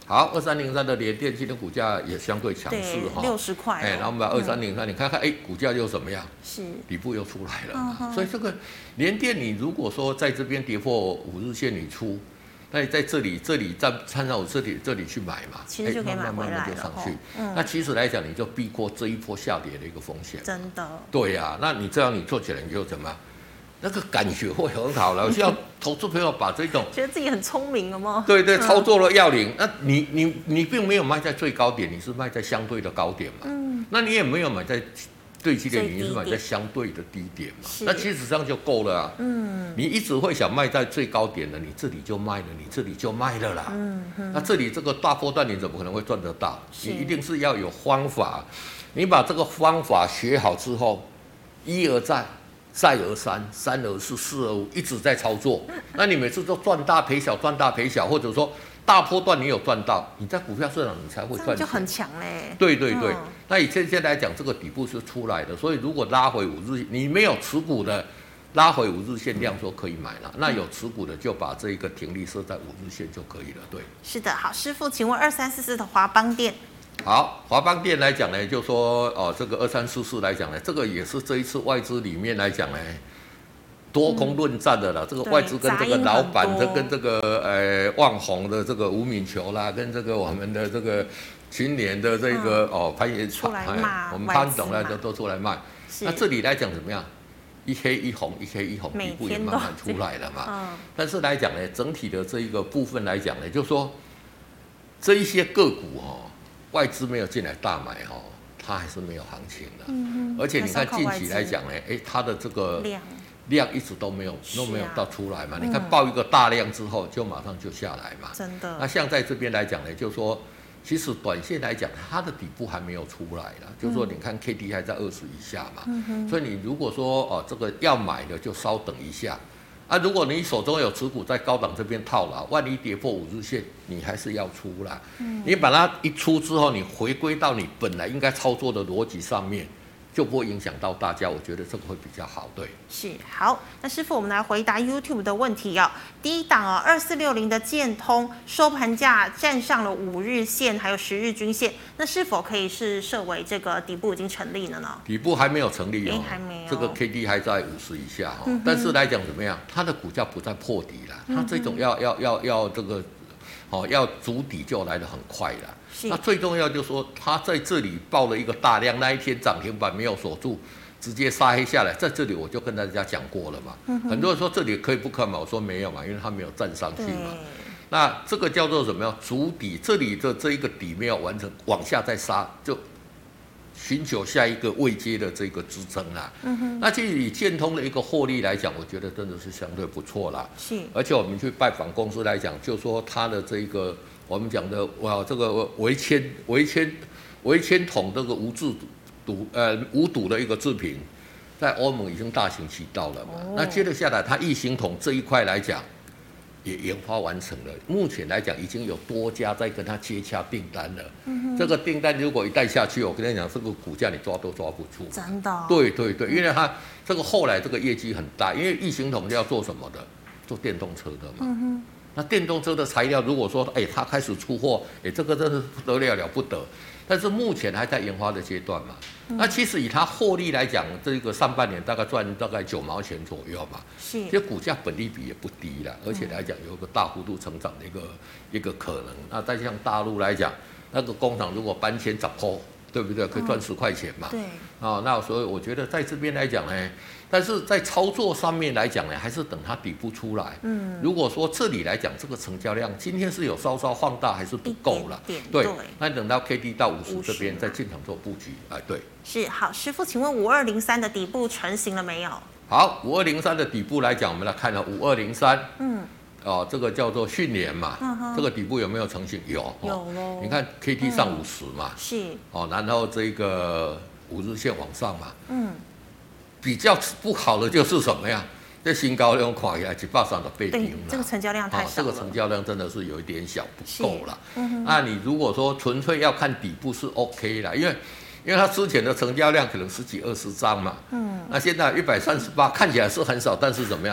好，二三零三的联电今天股价也相对强势哈， 六十块。 哎，然后我们把二三零三，你看看，哎，股价又怎么样？ 是底部又出来了。 嗯、 所以这个联电，你如果说在这边跌破五日线你出，那你在这里这里站参照我这里这里去买嘛， 其实就可以买回来了。 慢慢就上去。 嗯、 那其实来讲，你就避过这一波下跌的一个风险。 真的。 对呀、啊，那你这样你做起来你就怎么样？那个感觉会很好了，需要投资朋友把这种觉得自己很聪明了吗？ 对对，操作的要领。那你你你并没有卖在最高点，你是卖在相对的高点嘛？嗯。那你也没有买在最低点，你是买在相对的低点嘛？那其实这样就够了啊。嗯。你一直会想卖在最高点的，你这里就卖了，你这里就卖了啦。嗯嗯。那这里这个大波段你怎么可能会赚得到？你一定是要有方法，你把这个方法学好之后，一而再。再而三，三而四，四而五，一直在操作。那你每次都赚大赔小，赚大赔小，或者说大波段你有赚到，你在股票市场你才会赚钱， 就很强嘞。 对对对。嗯、那以现在来讲，这个底部是出来的，所以如果拉回五日，你没有持股的，拉回五日线量说可以买了。那有持股的就把这个停利设在五日线就可以了。对。 是的，好，师傅，请问二三四四的华邦电。 好，华邦电来讲呢，就说哦，这个二三四四来讲呢，这个也是这一次外资里面来讲呢，多空论战的啦。嗯、这个外资跟这个老板，这跟这个呃旺宏的这个吴敏球啦，跟这个我们的这个群联的这个、嗯、哦潘爷出来骂， 我们潘总呢都都出来卖。那这里来讲怎么样？一黑一红，一黑一红，底部也慢慢出来了嘛。嗯、但是来讲呢，整体的这一个部分来讲呢，就是说这一些个股哦。外资没有进来大买哈、哦，它还是没有行情的。嗯、而且你看近期来讲呢，哎，它的这个量量一直都没有都没有到出来嘛。啊、你看爆一个大量之后，就马上就下来嘛。 真的。 那像在这边来讲呢，就是说，其实短线来讲，它的底部还没有出来了。嗯、就是说，你看 K D 还在二十以下嘛。嗯、所以你如果说哦，这个要买的就稍等一下。啊，如果你手中有持股在高档这边套牢，万一跌破五日线，你还是要出啦。嗯、你把它一出之后，你回归到你本来应该操作的逻辑上面，就不会影响到大家。我觉得这个会比较好，对。 是好，那师傅，我们来回答 YouTube 的问题哦。第一档哦，二四六零的建通收盘价站上了五日线，还有十日均线，那是否可以是设为这个底部已经成立了呢？ 底部还没有成立哦， 还没有。 这个 K D 还在五十以下哈、哦，嗯、但是来讲怎么样？它的股价不再破底了，它这种要要要要这个，哦，要筑底就来得很快了。那最重要就是说，它在这里爆了一个大量，那一天涨停板没有锁住。直接杀黑下来，在这里我就跟大家讲过了嘛。嗯、很多人说这里可以不可嘛？我说没有嘛，因为它没有站上去嘛。那这个叫做什么样？筑底，这里的这一个底没有完成，往下再杀，就寻求下一个位阶的这个支撑啦。嗯、那其实以建通的一个获利来讲，我觉得真的是相对不错啦。是。而且我们去拜访公司来讲，就说它的这一个我们讲的哇，这个微铅微铅微铅桶这个无制赌呃无赌的一个制品，在欧盟已经大行其道了嘛。哦、那接着下来，它异形桶这一块来讲，也研发完成了。目前来讲，已经有多家在跟他接洽订单了。嗯、这个订单如果一带下去，我跟你讲，这个股价你抓都抓不住。 真的、哦？ 对对对，因为它这个后来这个业绩很大，因为异形桶要做什么的？做电动车的嘛。嗯、那电动车的材料，如果说哎，它开始出货，哎，这个真是不得了了不得。但是目前还在研发的阶段嘛，嗯、那其实以它获利来讲，这个上半年大概赚大概九毛钱左右嘛，是，其实股价本利比也不低了，而且来讲有一个大幅度成长的一个一个可能。那再像大陆来讲，那个工厂如果搬迁涨破，对不对？可以赚十块钱嘛，嗯、对，啊，那所以我觉得在这边来讲呢。但是在操作上面来讲呢，还是等它底部出来。嗯，如果说这里来讲，这个成交量今天是有稍稍放大，还是不够了。 对， 对，那等到 K D 到五十这边再进场做布局。哎，对。 是好，师傅，请问五二零三的底部成型了没有？ 好，五二零三的底部来讲，我们来看了五二零三。嗯。哦，这个叫做训练嘛，嗯、这个底部有没有成型？有， 有喽。 你看 K D 上五十嘛， 是。 哦，然后这个五日线往上嘛，嗯。比较不好的就是什么呀？这新高量垮下来，一百三十倍平了。 这个成交量太少了、哦。 这个成交量真的是有一点小，不够了。嗯、那你如果说纯粹要看底部是 OK 啦，因为因为它之前的成交量可能十几二十张嘛。嗯。那现在一百三十八看起来是很少，但是怎么样？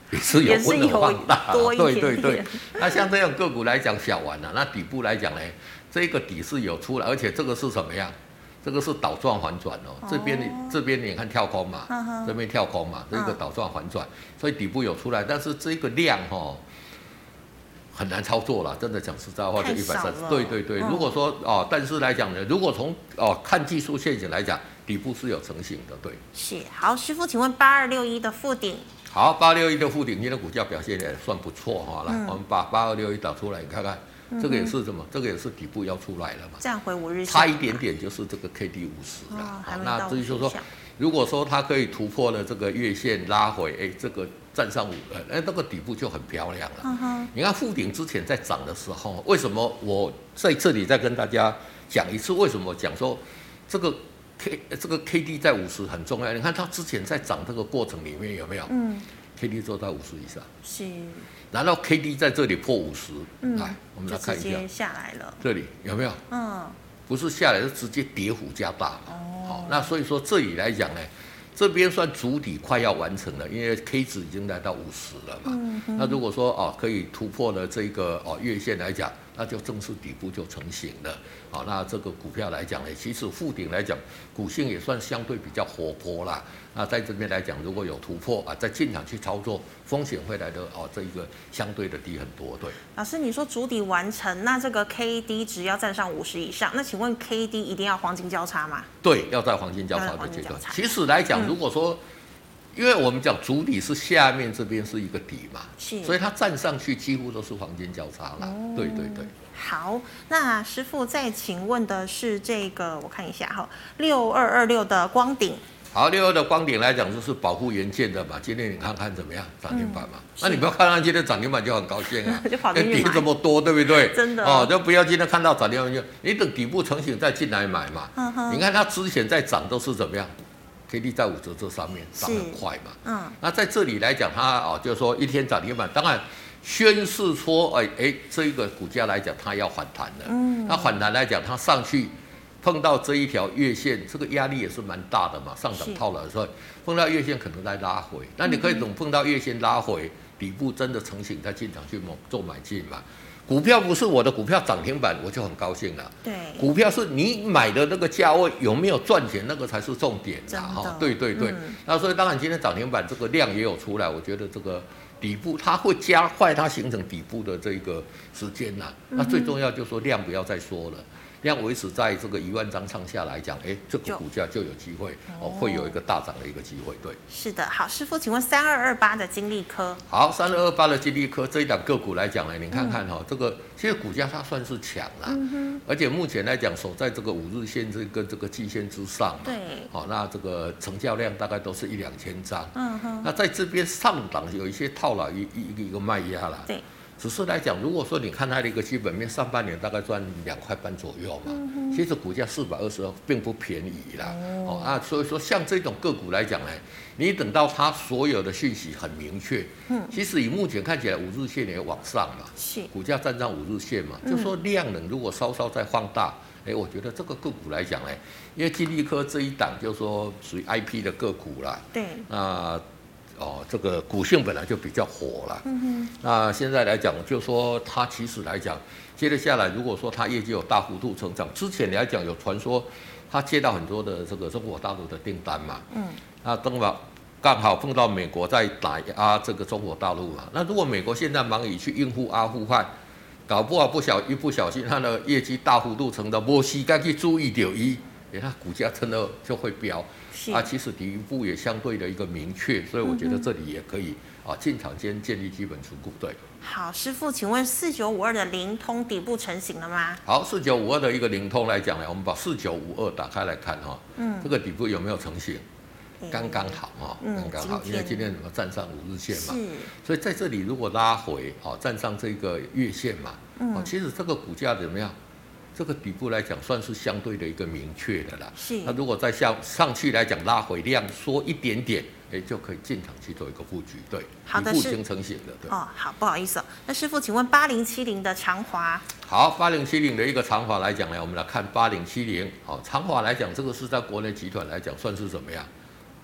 也是有温和放大， 多一点点对对对。那像这样个股来讲，小完了，那底部来讲呢，这个底是有出来，而且这个是什么样？这个是倒状反转哦，这边这边你看跳空嘛， 嗯、 这边跳空嘛，这个倒状反转，所以底部有出来，但是这个量哦。很难操作了，真的讲实在话，就一百三十。对对对，嗯、如果说哦，但是来讲呢，如果从哦看技术线型来讲，底部是有成型的，对。 是，好，师傅，请问八二六一的富鼎。 好，八六一的富鼎，今天的股价表现也算不错哈、哦。来，嗯、我们把八二六一导出来，你看看，这个也是什么？这个也是底部要出来了嘛？ 站回五日线， 差一点点就是这个 K D 五十了。 哦、 好，那至于就是说，如果说它可以突破了这个月线拉回，哎，这个。站上五，哎，那个底部就很漂亮了。嗯、你看富鼎之前在涨的时候，为什么我在这里再跟大家讲一次？为什么讲说这个 K 这个 K D 在五十很重要？你看它之前在涨这个过程里面有没有？嗯 ，K D 做在五十以上。 是。然后 K D 在这里破五十，嗯，来我们来看一下， 直接下来了。 这里有没有？嗯，不是下来，是直接跌幅加大嘛。哦。好，那所以说这里来讲呢。这边算主底快要完成了，因为 K 值已经来到五十了嘛。嗯、那如果说哦可以突破了这个哦月线来讲，那就正式底部就成型了。好、哦，那这个股票来讲呢，其实富鼎来讲，股性也算相对比较活泼啦。那在这边来讲，如果有突破啊，再进场去操作，风险会来的哦，这一个相对的低很多。对， 老师，你说主底完成，那这个 K D 值要站上五十以上，那请问 K D 一定要黄金交叉吗？ 对，要在黄金交叉的阶段。其实来讲，如果说、嗯因为我们讲主底是下面这边是一个底嘛，所以它站上去几乎都是黄金交叉啦。哦、对对对。 好，那师傅再请问的是这个，我看一下哈，六二二六的光鼎。 好，六二的光鼎来讲就是保护元件的嘛，今天你看看怎么样，涨停板嘛。嗯、那你不要看到今天涨停板就很高兴啊， 就跑进去跌这么多，对不对？ 真的哦，就不要今天看到涨停板就，你等底部成型再进来买嘛。嗯、你看它之前在涨都是怎么样？ K D 在五折这上面涨很快嘛，嗯，那在这里来讲，它哦，就是说一天涨停板，当然宣示说，哎哎，这一个股价来讲，它要反弹了，嗯，那反弹来讲，它上去碰到这一条月线，这个压力也是蛮大的嘛，上涨套牢的时候，碰到月线可能再拉回，那你可以等碰到月线拉回，底部真的成型，再进场去做买进嘛。 股票不是我的股票涨停板，我就很高兴了。 对， 股票是你买的那个价位有没有赚钱，那个才是重点的哈。对对对，嗯、那所以当然今天涨停板这个量也有出来，我觉得这个底部它会加快它形成底部的这个时间呐、啊。嗯、那最重要就是说量不要再缩了。 量维持在这个一万张上下来讲，哎，这个股价就有机会哦，会有一个大涨的一个机会。对， 是的，好，师傅，请问三二二八的金利科， 好，三二二八的金利科这一档个股来讲呢，你看看哈、哦，嗯、这个其实股价它算是强啦，嗯、而且目前来讲守在这个五日线这个这个季线之上嘛， 对， 好、哦，那这个成交量大概都是一两千张，嗯哼，那在这边上档有一些套牢一一一个卖压啦，对。 只是来讲，如果说你看它的一个基本面，上半年大概赚两块半左右嘛，嗯、其实股价四百二十二并不便宜啦。哦, 哦啊，所以说像这种个股来讲呢，你等到它所有的讯息很明确，嗯，其实以目前看起来五日线也往上嘛，是股价站上五日线嘛，嗯、就说量能如果稍稍再放大，哎，我觉得这个个股来讲呢，因为金利科这一档就说属于 I P 的个股啦，对，那。哦，这个股性本来就比较火了。嗯哼。那现在来讲，就说它其实来讲，接着下来，如果说它业绩有大幅度成长，之前来讲有传说，它接到很多的这个中国大陆的订单嘛。嗯。那正好刚好碰到美国在打压这个中国大陆嘛。那如果美国现在忙于去应付阿富汗，搞不好不小一不小心，它的业绩大幅度成长，没时间去注意到伊，哎，它股价真的就会飙。 啊，其实底部也相对的一个明确，所以我觉得这里也可以啊进场先建立基本持股。对， 好，师傅，请问四九五二的灵通底部成型了吗？ 好，四九五二的一个灵通来讲呢，我们把四九五二打开来看哈，嗯，这个底部有没有成型？刚刚好哈，刚刚好，因为今天怎么站上五日线嘛，所以在这里如果拉回，好站上这个月线嘛，嗯，其实这个股价怎么样？ 这个底部来讲，算是相对的一个明确的啦。是。那如果再向上去来讲，拉回量缩一点点，哎，就可以进场去做一个布局。对。 好的， 底部已经成型了。对。 哦，好，不好意思、哦，那师傅，请问八零七零的长华。 好，八零七零的一个长华来讲呢，我们来看八零七零。好，长华来讲，这个是在国内集团来讲算是怎么样？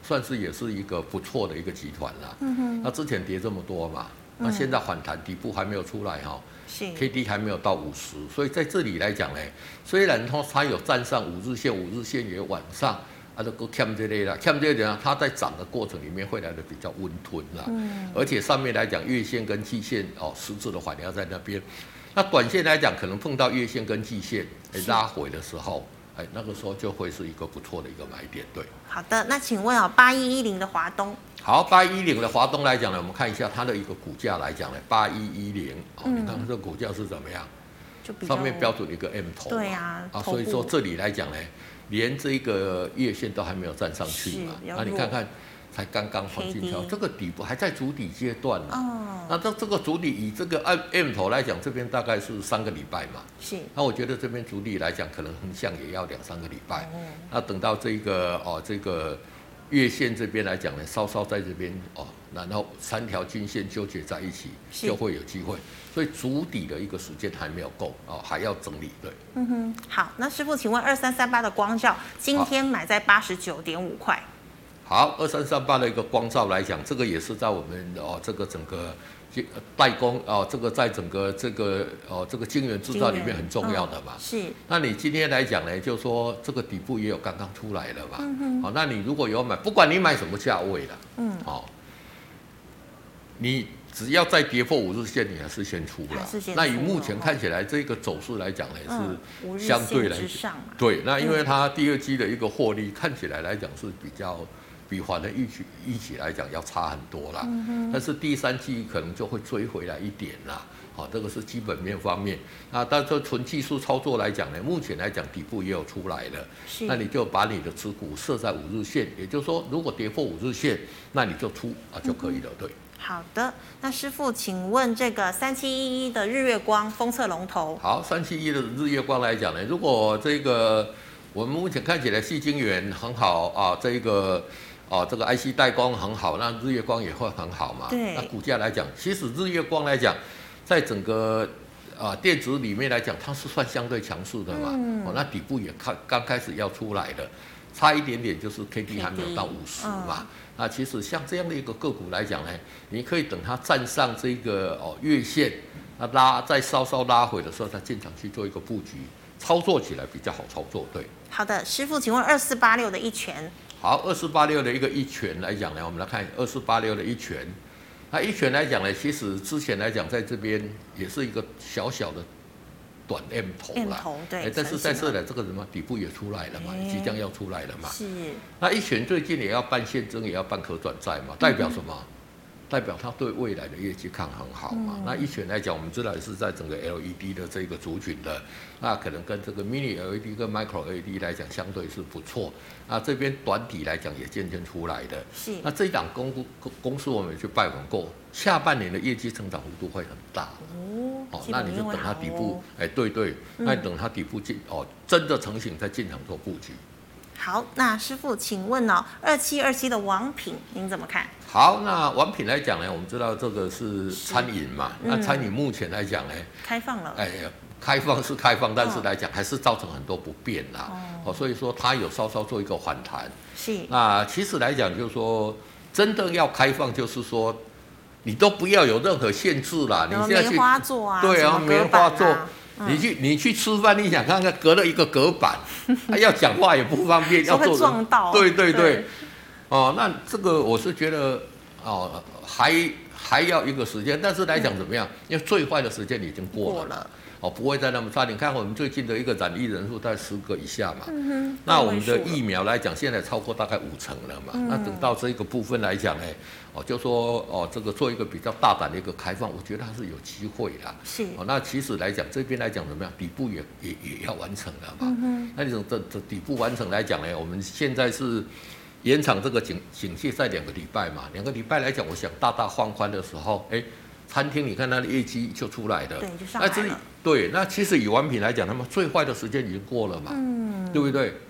算是也是一个不错的一个集团啦。嗯哼，那之前跌这么多嘛，那现在反弹底部还没有出来哈。是 K D 还没有到五十，所以在这里来讲呢，虽然它它有站上五日线，五日线也往上，啊，这个 Cam 这类啦 ，Cam 这类呢，它在涨的过程里面会来的比较温吞啦，嗯，而且上面来讲月线跟季线哦，实质的反压在那边，那短线来讲可能碰到月线跟季线拉回的时候。哎，那个时候就会是一个不错的一个买点，对。 好的，那请问哦，八一一零的华东。 好，八一一零的华东来讲呢，我们看一下它的一个股价来讲呢，八一一零，哦，嗯、你看这个股价是怎么样？就比上面标准一个 M 头， 对啊， 啊，所以说这里来讲呢，连这个月线都还没有站上去嘛，那你看看。才刚刚黄金条，这个底部还在筑底阶段呢。哦，那这这个筑底以这个 M 头来讲，这边大概是三个礼拜嘛。是。那我觉得这边筑底来讲，可能横向也要两三个礼拜。哦。那等到这个哦这个月线这边来讲呢，稍稍在这边哦，然后三条均线纠结在一起，就会有机会。所以筑底的一个时间还没有够哦，还要整理。对。 嗯哼。好，那师傅，请问二三三八的光罩今天买在八十九点五块。 好，二三三八的一个光罩来讲，这个也是在我们哦这个整个代工哦，这个在整个这个哦这个晶圆制造里面很重要的嘛。嗯、是。那你今天来讲呢，就说这个底部也有刚刚出来了嘛。嗯哼。好、哦，那你如果有买，不管你买什么价位的，嗯，好、哦，你只要再跌破五日线，你还是先出了。那以目前看起来这个走势来讲呢，嗯、是相对来讲，对。那因为它第二季的一个获利看起来来讲是比较。比法人预期预期来讲要差很多啦，嗯、但是第三季可能就会追回来一点啦。好、哦，这个是基本面方面。那但是纯技术操作来讲呢，目前来讲底部也有出来了，那你就把你的持股设在五日线，也就是说，如果跌破五日线，那你就出啊就可以了，对。 好的，那师傅，请问这个三七一一的日月光封测龙头。 好，三七一的日月光来讲呢，如果这个我们目前看起来矽晶圆很好啊，这个。哦，这个 I C 代工很好，那日月光也会很好嘛。对。那股价来讲，其实日月光来讲，在整个啊、呃、电子里面来讲，它是算相对强势的嘛。嗯。哦，那底部也开刚开始要出来的，差一点点就是 K D 还没有到五十嘛。嗯、那其实像这样的一个个股来讲呢，你可以等它站上这个哦月线，那拉再稍稍拉回的时候，再进场去做一个布局，操作起来比较好操作。对。 好的，师傅，请问二四八六的一拳。 好，二四八六的一个一拳来讲呢，我们来看二四八六的一拳。那一拳来讲呢，其实之前来讲，在这边也是一个小小的短 M 头啦。M 头对。但是在这里这个什么底部也出来了嘛，欸、即将要出来了嘛。是。那一拳最近也要办现增，也要办可转债嘛，代表什么？嗯、代表它对未来的业绩看很好嘛。嗯、那一拳来讲，我们知道是在整个 L E D 的这个族群的，那可能跟这个 Mini L E D 跟 Micro L E D 来讲，相对是不错。那这边短底来讲也渐渐出来的，是。那这一档公公司我们也去拜访过，下半年的业绩成长幅度会很大哦。哦，那你就等它底部，哎、哦，对对，嗯、那你等它底部进哦，真的成型再进场做布局。 好，那师傅，请问哦，二七二七的王品您怎么看？ 好，那王品来讲呢，我们知道这个是餐饮嘛，嗯、那餐饮目前来讲呢， 开放了， 哎。开放是开放，但是来讲还是造成很多不便啦。哦，所以说它有稍稍做一个反弹。是。那其实来讲，就是说真的要开放，就是说你都不要有任何限制啦。你现在去梅花座啊， 对啊，梅花座，你去你去吃饭，你想看看隔了一个隔板，要讲话也不方便，要做撞到。 对对对。哦，那这个我是觉得哦，还还要一个时间，但是来讲怎么样？因为最坏的时间已经过了。哦，不会再那么差。你看我们最近的一个染疫人数在十个以下嘛，嗯、那我们的疫苗来讲，现在超过大概五成了嘛。嗯、那等到这个部分来讲呢，哦，就说哦，这个做一个比较大胆的一个开放，我觉得还是有机会的。是。哦，那其实来讲，这边来讲怎么样？底部也也也要完成了嘛。嗯、那你种这这底部完成来讲呢，我们现在是延长这个警警戒在两个礼拜嘛，两个礼拜来讲，我想大大放宽的时候，哎。餐厅，你看它的业绩就出来了， 对，就上来了。 对，那其实以王品来讲，他们最坏的时间已经过了嘛，嗯，对不对？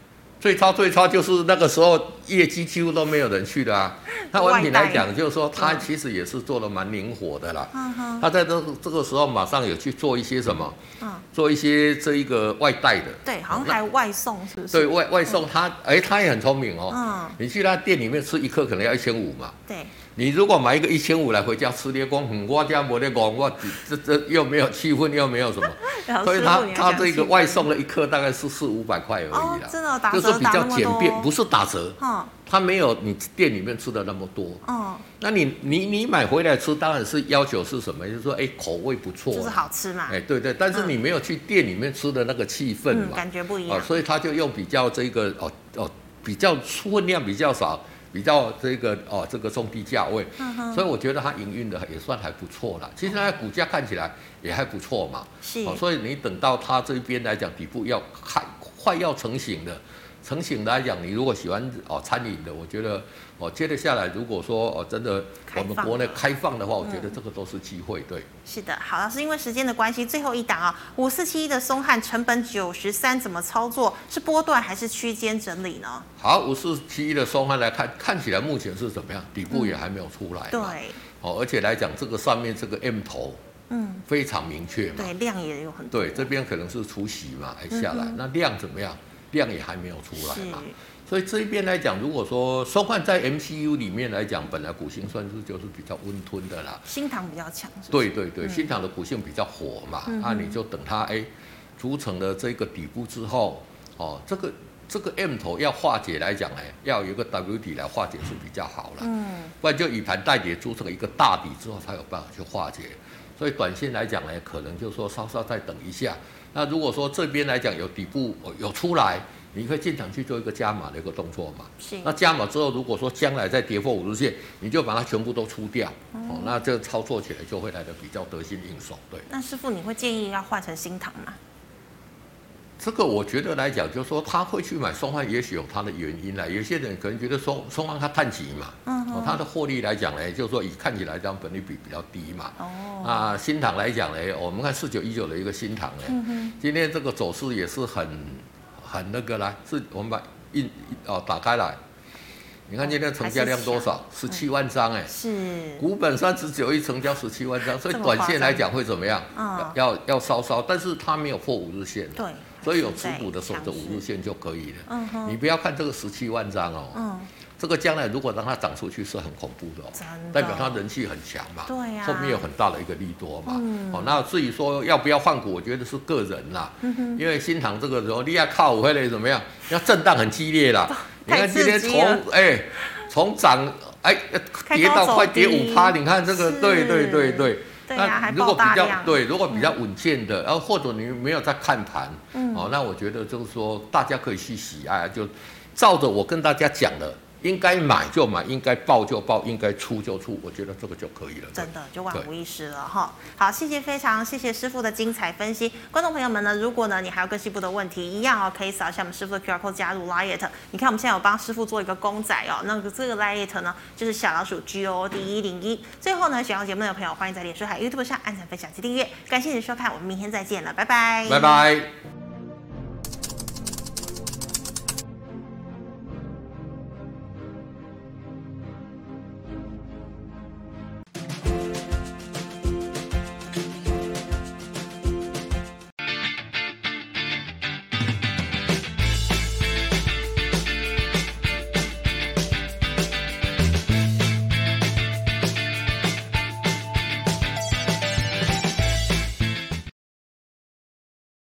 最差最差就是那个时候业绩几乎都没有人去的啊。那文品来讲，就是说它其实也是做的蛮灵活的啦。嗯、他在这这个时候马上有去做一些什么？嗯、做一些这一个外带的。 对，好像还外送是不是？ 对外外送他，哎、嗯，他也很聪明哦。嗯。你去他店里面吃一颗可能要一千五嘛。 对。 你如果买一个一千五来回家吃，你讲嗯，我家没得讲，我这这又没有气氛，又没有什么，所以他他这个外送的一克大概是四五百块而已啦， 哦、真的打折就是比较简便，不是打折，嗯，它没有你店里面吃的那么多，嗯，那你你你买回来吃，当然是要求是什么？就是说，哎，口味不错， 就是好吃嘛， 哎，对对，但是你没有去店里面吃的那个气氛嘛， 嗯、感觉不一样， 哦，所以他就用比较这个哦哦比较分量比较少。比较这个哦，这个中低价位，嗯、所以我觉得它营运的也算还不错啦。其实它股价看起来也还不错嘛， 是、 哦，所以你等到它这边来讲底部要快快要成型的，成型来讲，你如果喜欢哦餐饮的，我觉得哦接着下来如果说哦真的我们国内开放的话，我觉得这个都是机会，对。 是的，好，老师，因为时间的关系，最后一档啊，五四七一的松汉成本九十三，怎么操作？是波段还是区间整理呢？ 好，五四七一的松汉来看，看起来目前是怎么样？底部也还没有出来、嗯， 对， 哦，而且来讲这个上面这个 M 头，嗯，非常明确嘛， 对，量也有很多， 对，这边可能是除息嘛，还下来，嗯、那量怎么样？量也还没有出来嘛。所以这一边来讲，如果说松汉在 M C U 里面来讲，本来股性算是就是比较温吞的啦。 新唐比较强，是不是？ 对对对，嗯、新唐的股性比较火嘛，那、嗯啊、你就等它哎组成了这个底部之后，哦，这个这个 M 头要化解来讲，哎，要有一个 W 底来化解是比较好了。嗯，不然就以盘带跌组成一个大底之后，才有办法去化解。所以短线来讲呢，可能就说稍稍再等一下。那如果说这边来讲有底部有出来。你可以进场去做一个加码的一个动作嘛？ 是。 那加码之后，如果说将来再跌破五日线，你就把它全部都出掉，嗯、哦，那这操作起来就会来的比较得心应手，对。 那师傅，你会建议要换成新唐吗？ 这个我觉得来讲，就是说他会去买松汉，也许有他的原因啦。有些人可能觉得松松汉它探底嘛，嗯、哦，它的获利来讲呢，就是说以看起来讲本利比比较低嘛。哦。啊，新唐来讲呢，我们看四九一九的一个新唐呢，嗯、今天这个走势也是很。很那个来，是我们把印哦打开来，你看今天成交量多少？十七万张哎， 是股本三十九亿，成交十七万张，所以短线来讲会怎么样？嗯、要要稍稍，但是它没有破五日线， 对， 所以有持股的守着五日线就可以了。嗯哼，你不要看这个十七万张哦，嗯，这个将来如果让它涨出去是很恐怖的哦，代表它人气很强嘛， 对呀、啊， 后面有很大的一个利多嘛。嗯、哦，那至于说要不要换股，我觉得是个人啦，嗯、因为新唐这个时候你要靠回来怎么样？要震荡很激烈啦。你看今天从哎从涨哎跌到快跌五趴，你看这个，对对对对。 对啊、 那如果比较对，如果比较稳健的，然后、嗯、或者你没有在看盘，嗯、哦，那我觉得就是说大家可以去喜爱，就照着我跟大家讲的。应该买就买，应该报就报，应该出就出，我觉得这个就可以了。 真的就万无一失了哈。好，谢谢非常谢谢师傅的精彩分析。观众朋友们呢，如果呢你还有更细部的问题，一样哦，可以扫一下我们师傅的 Q R code 加入 Line。你看我们现在有帮师傅做一个公仔哦，那个这个 Line 呢就是小老鼠 G O D 一零一。最后呢，喜欢节目的朋友，欢迎在脸书还有 YouTube 上按赞、分享及订阅。感谢你的收看，我们明天再见了，拜拜。 拜拜。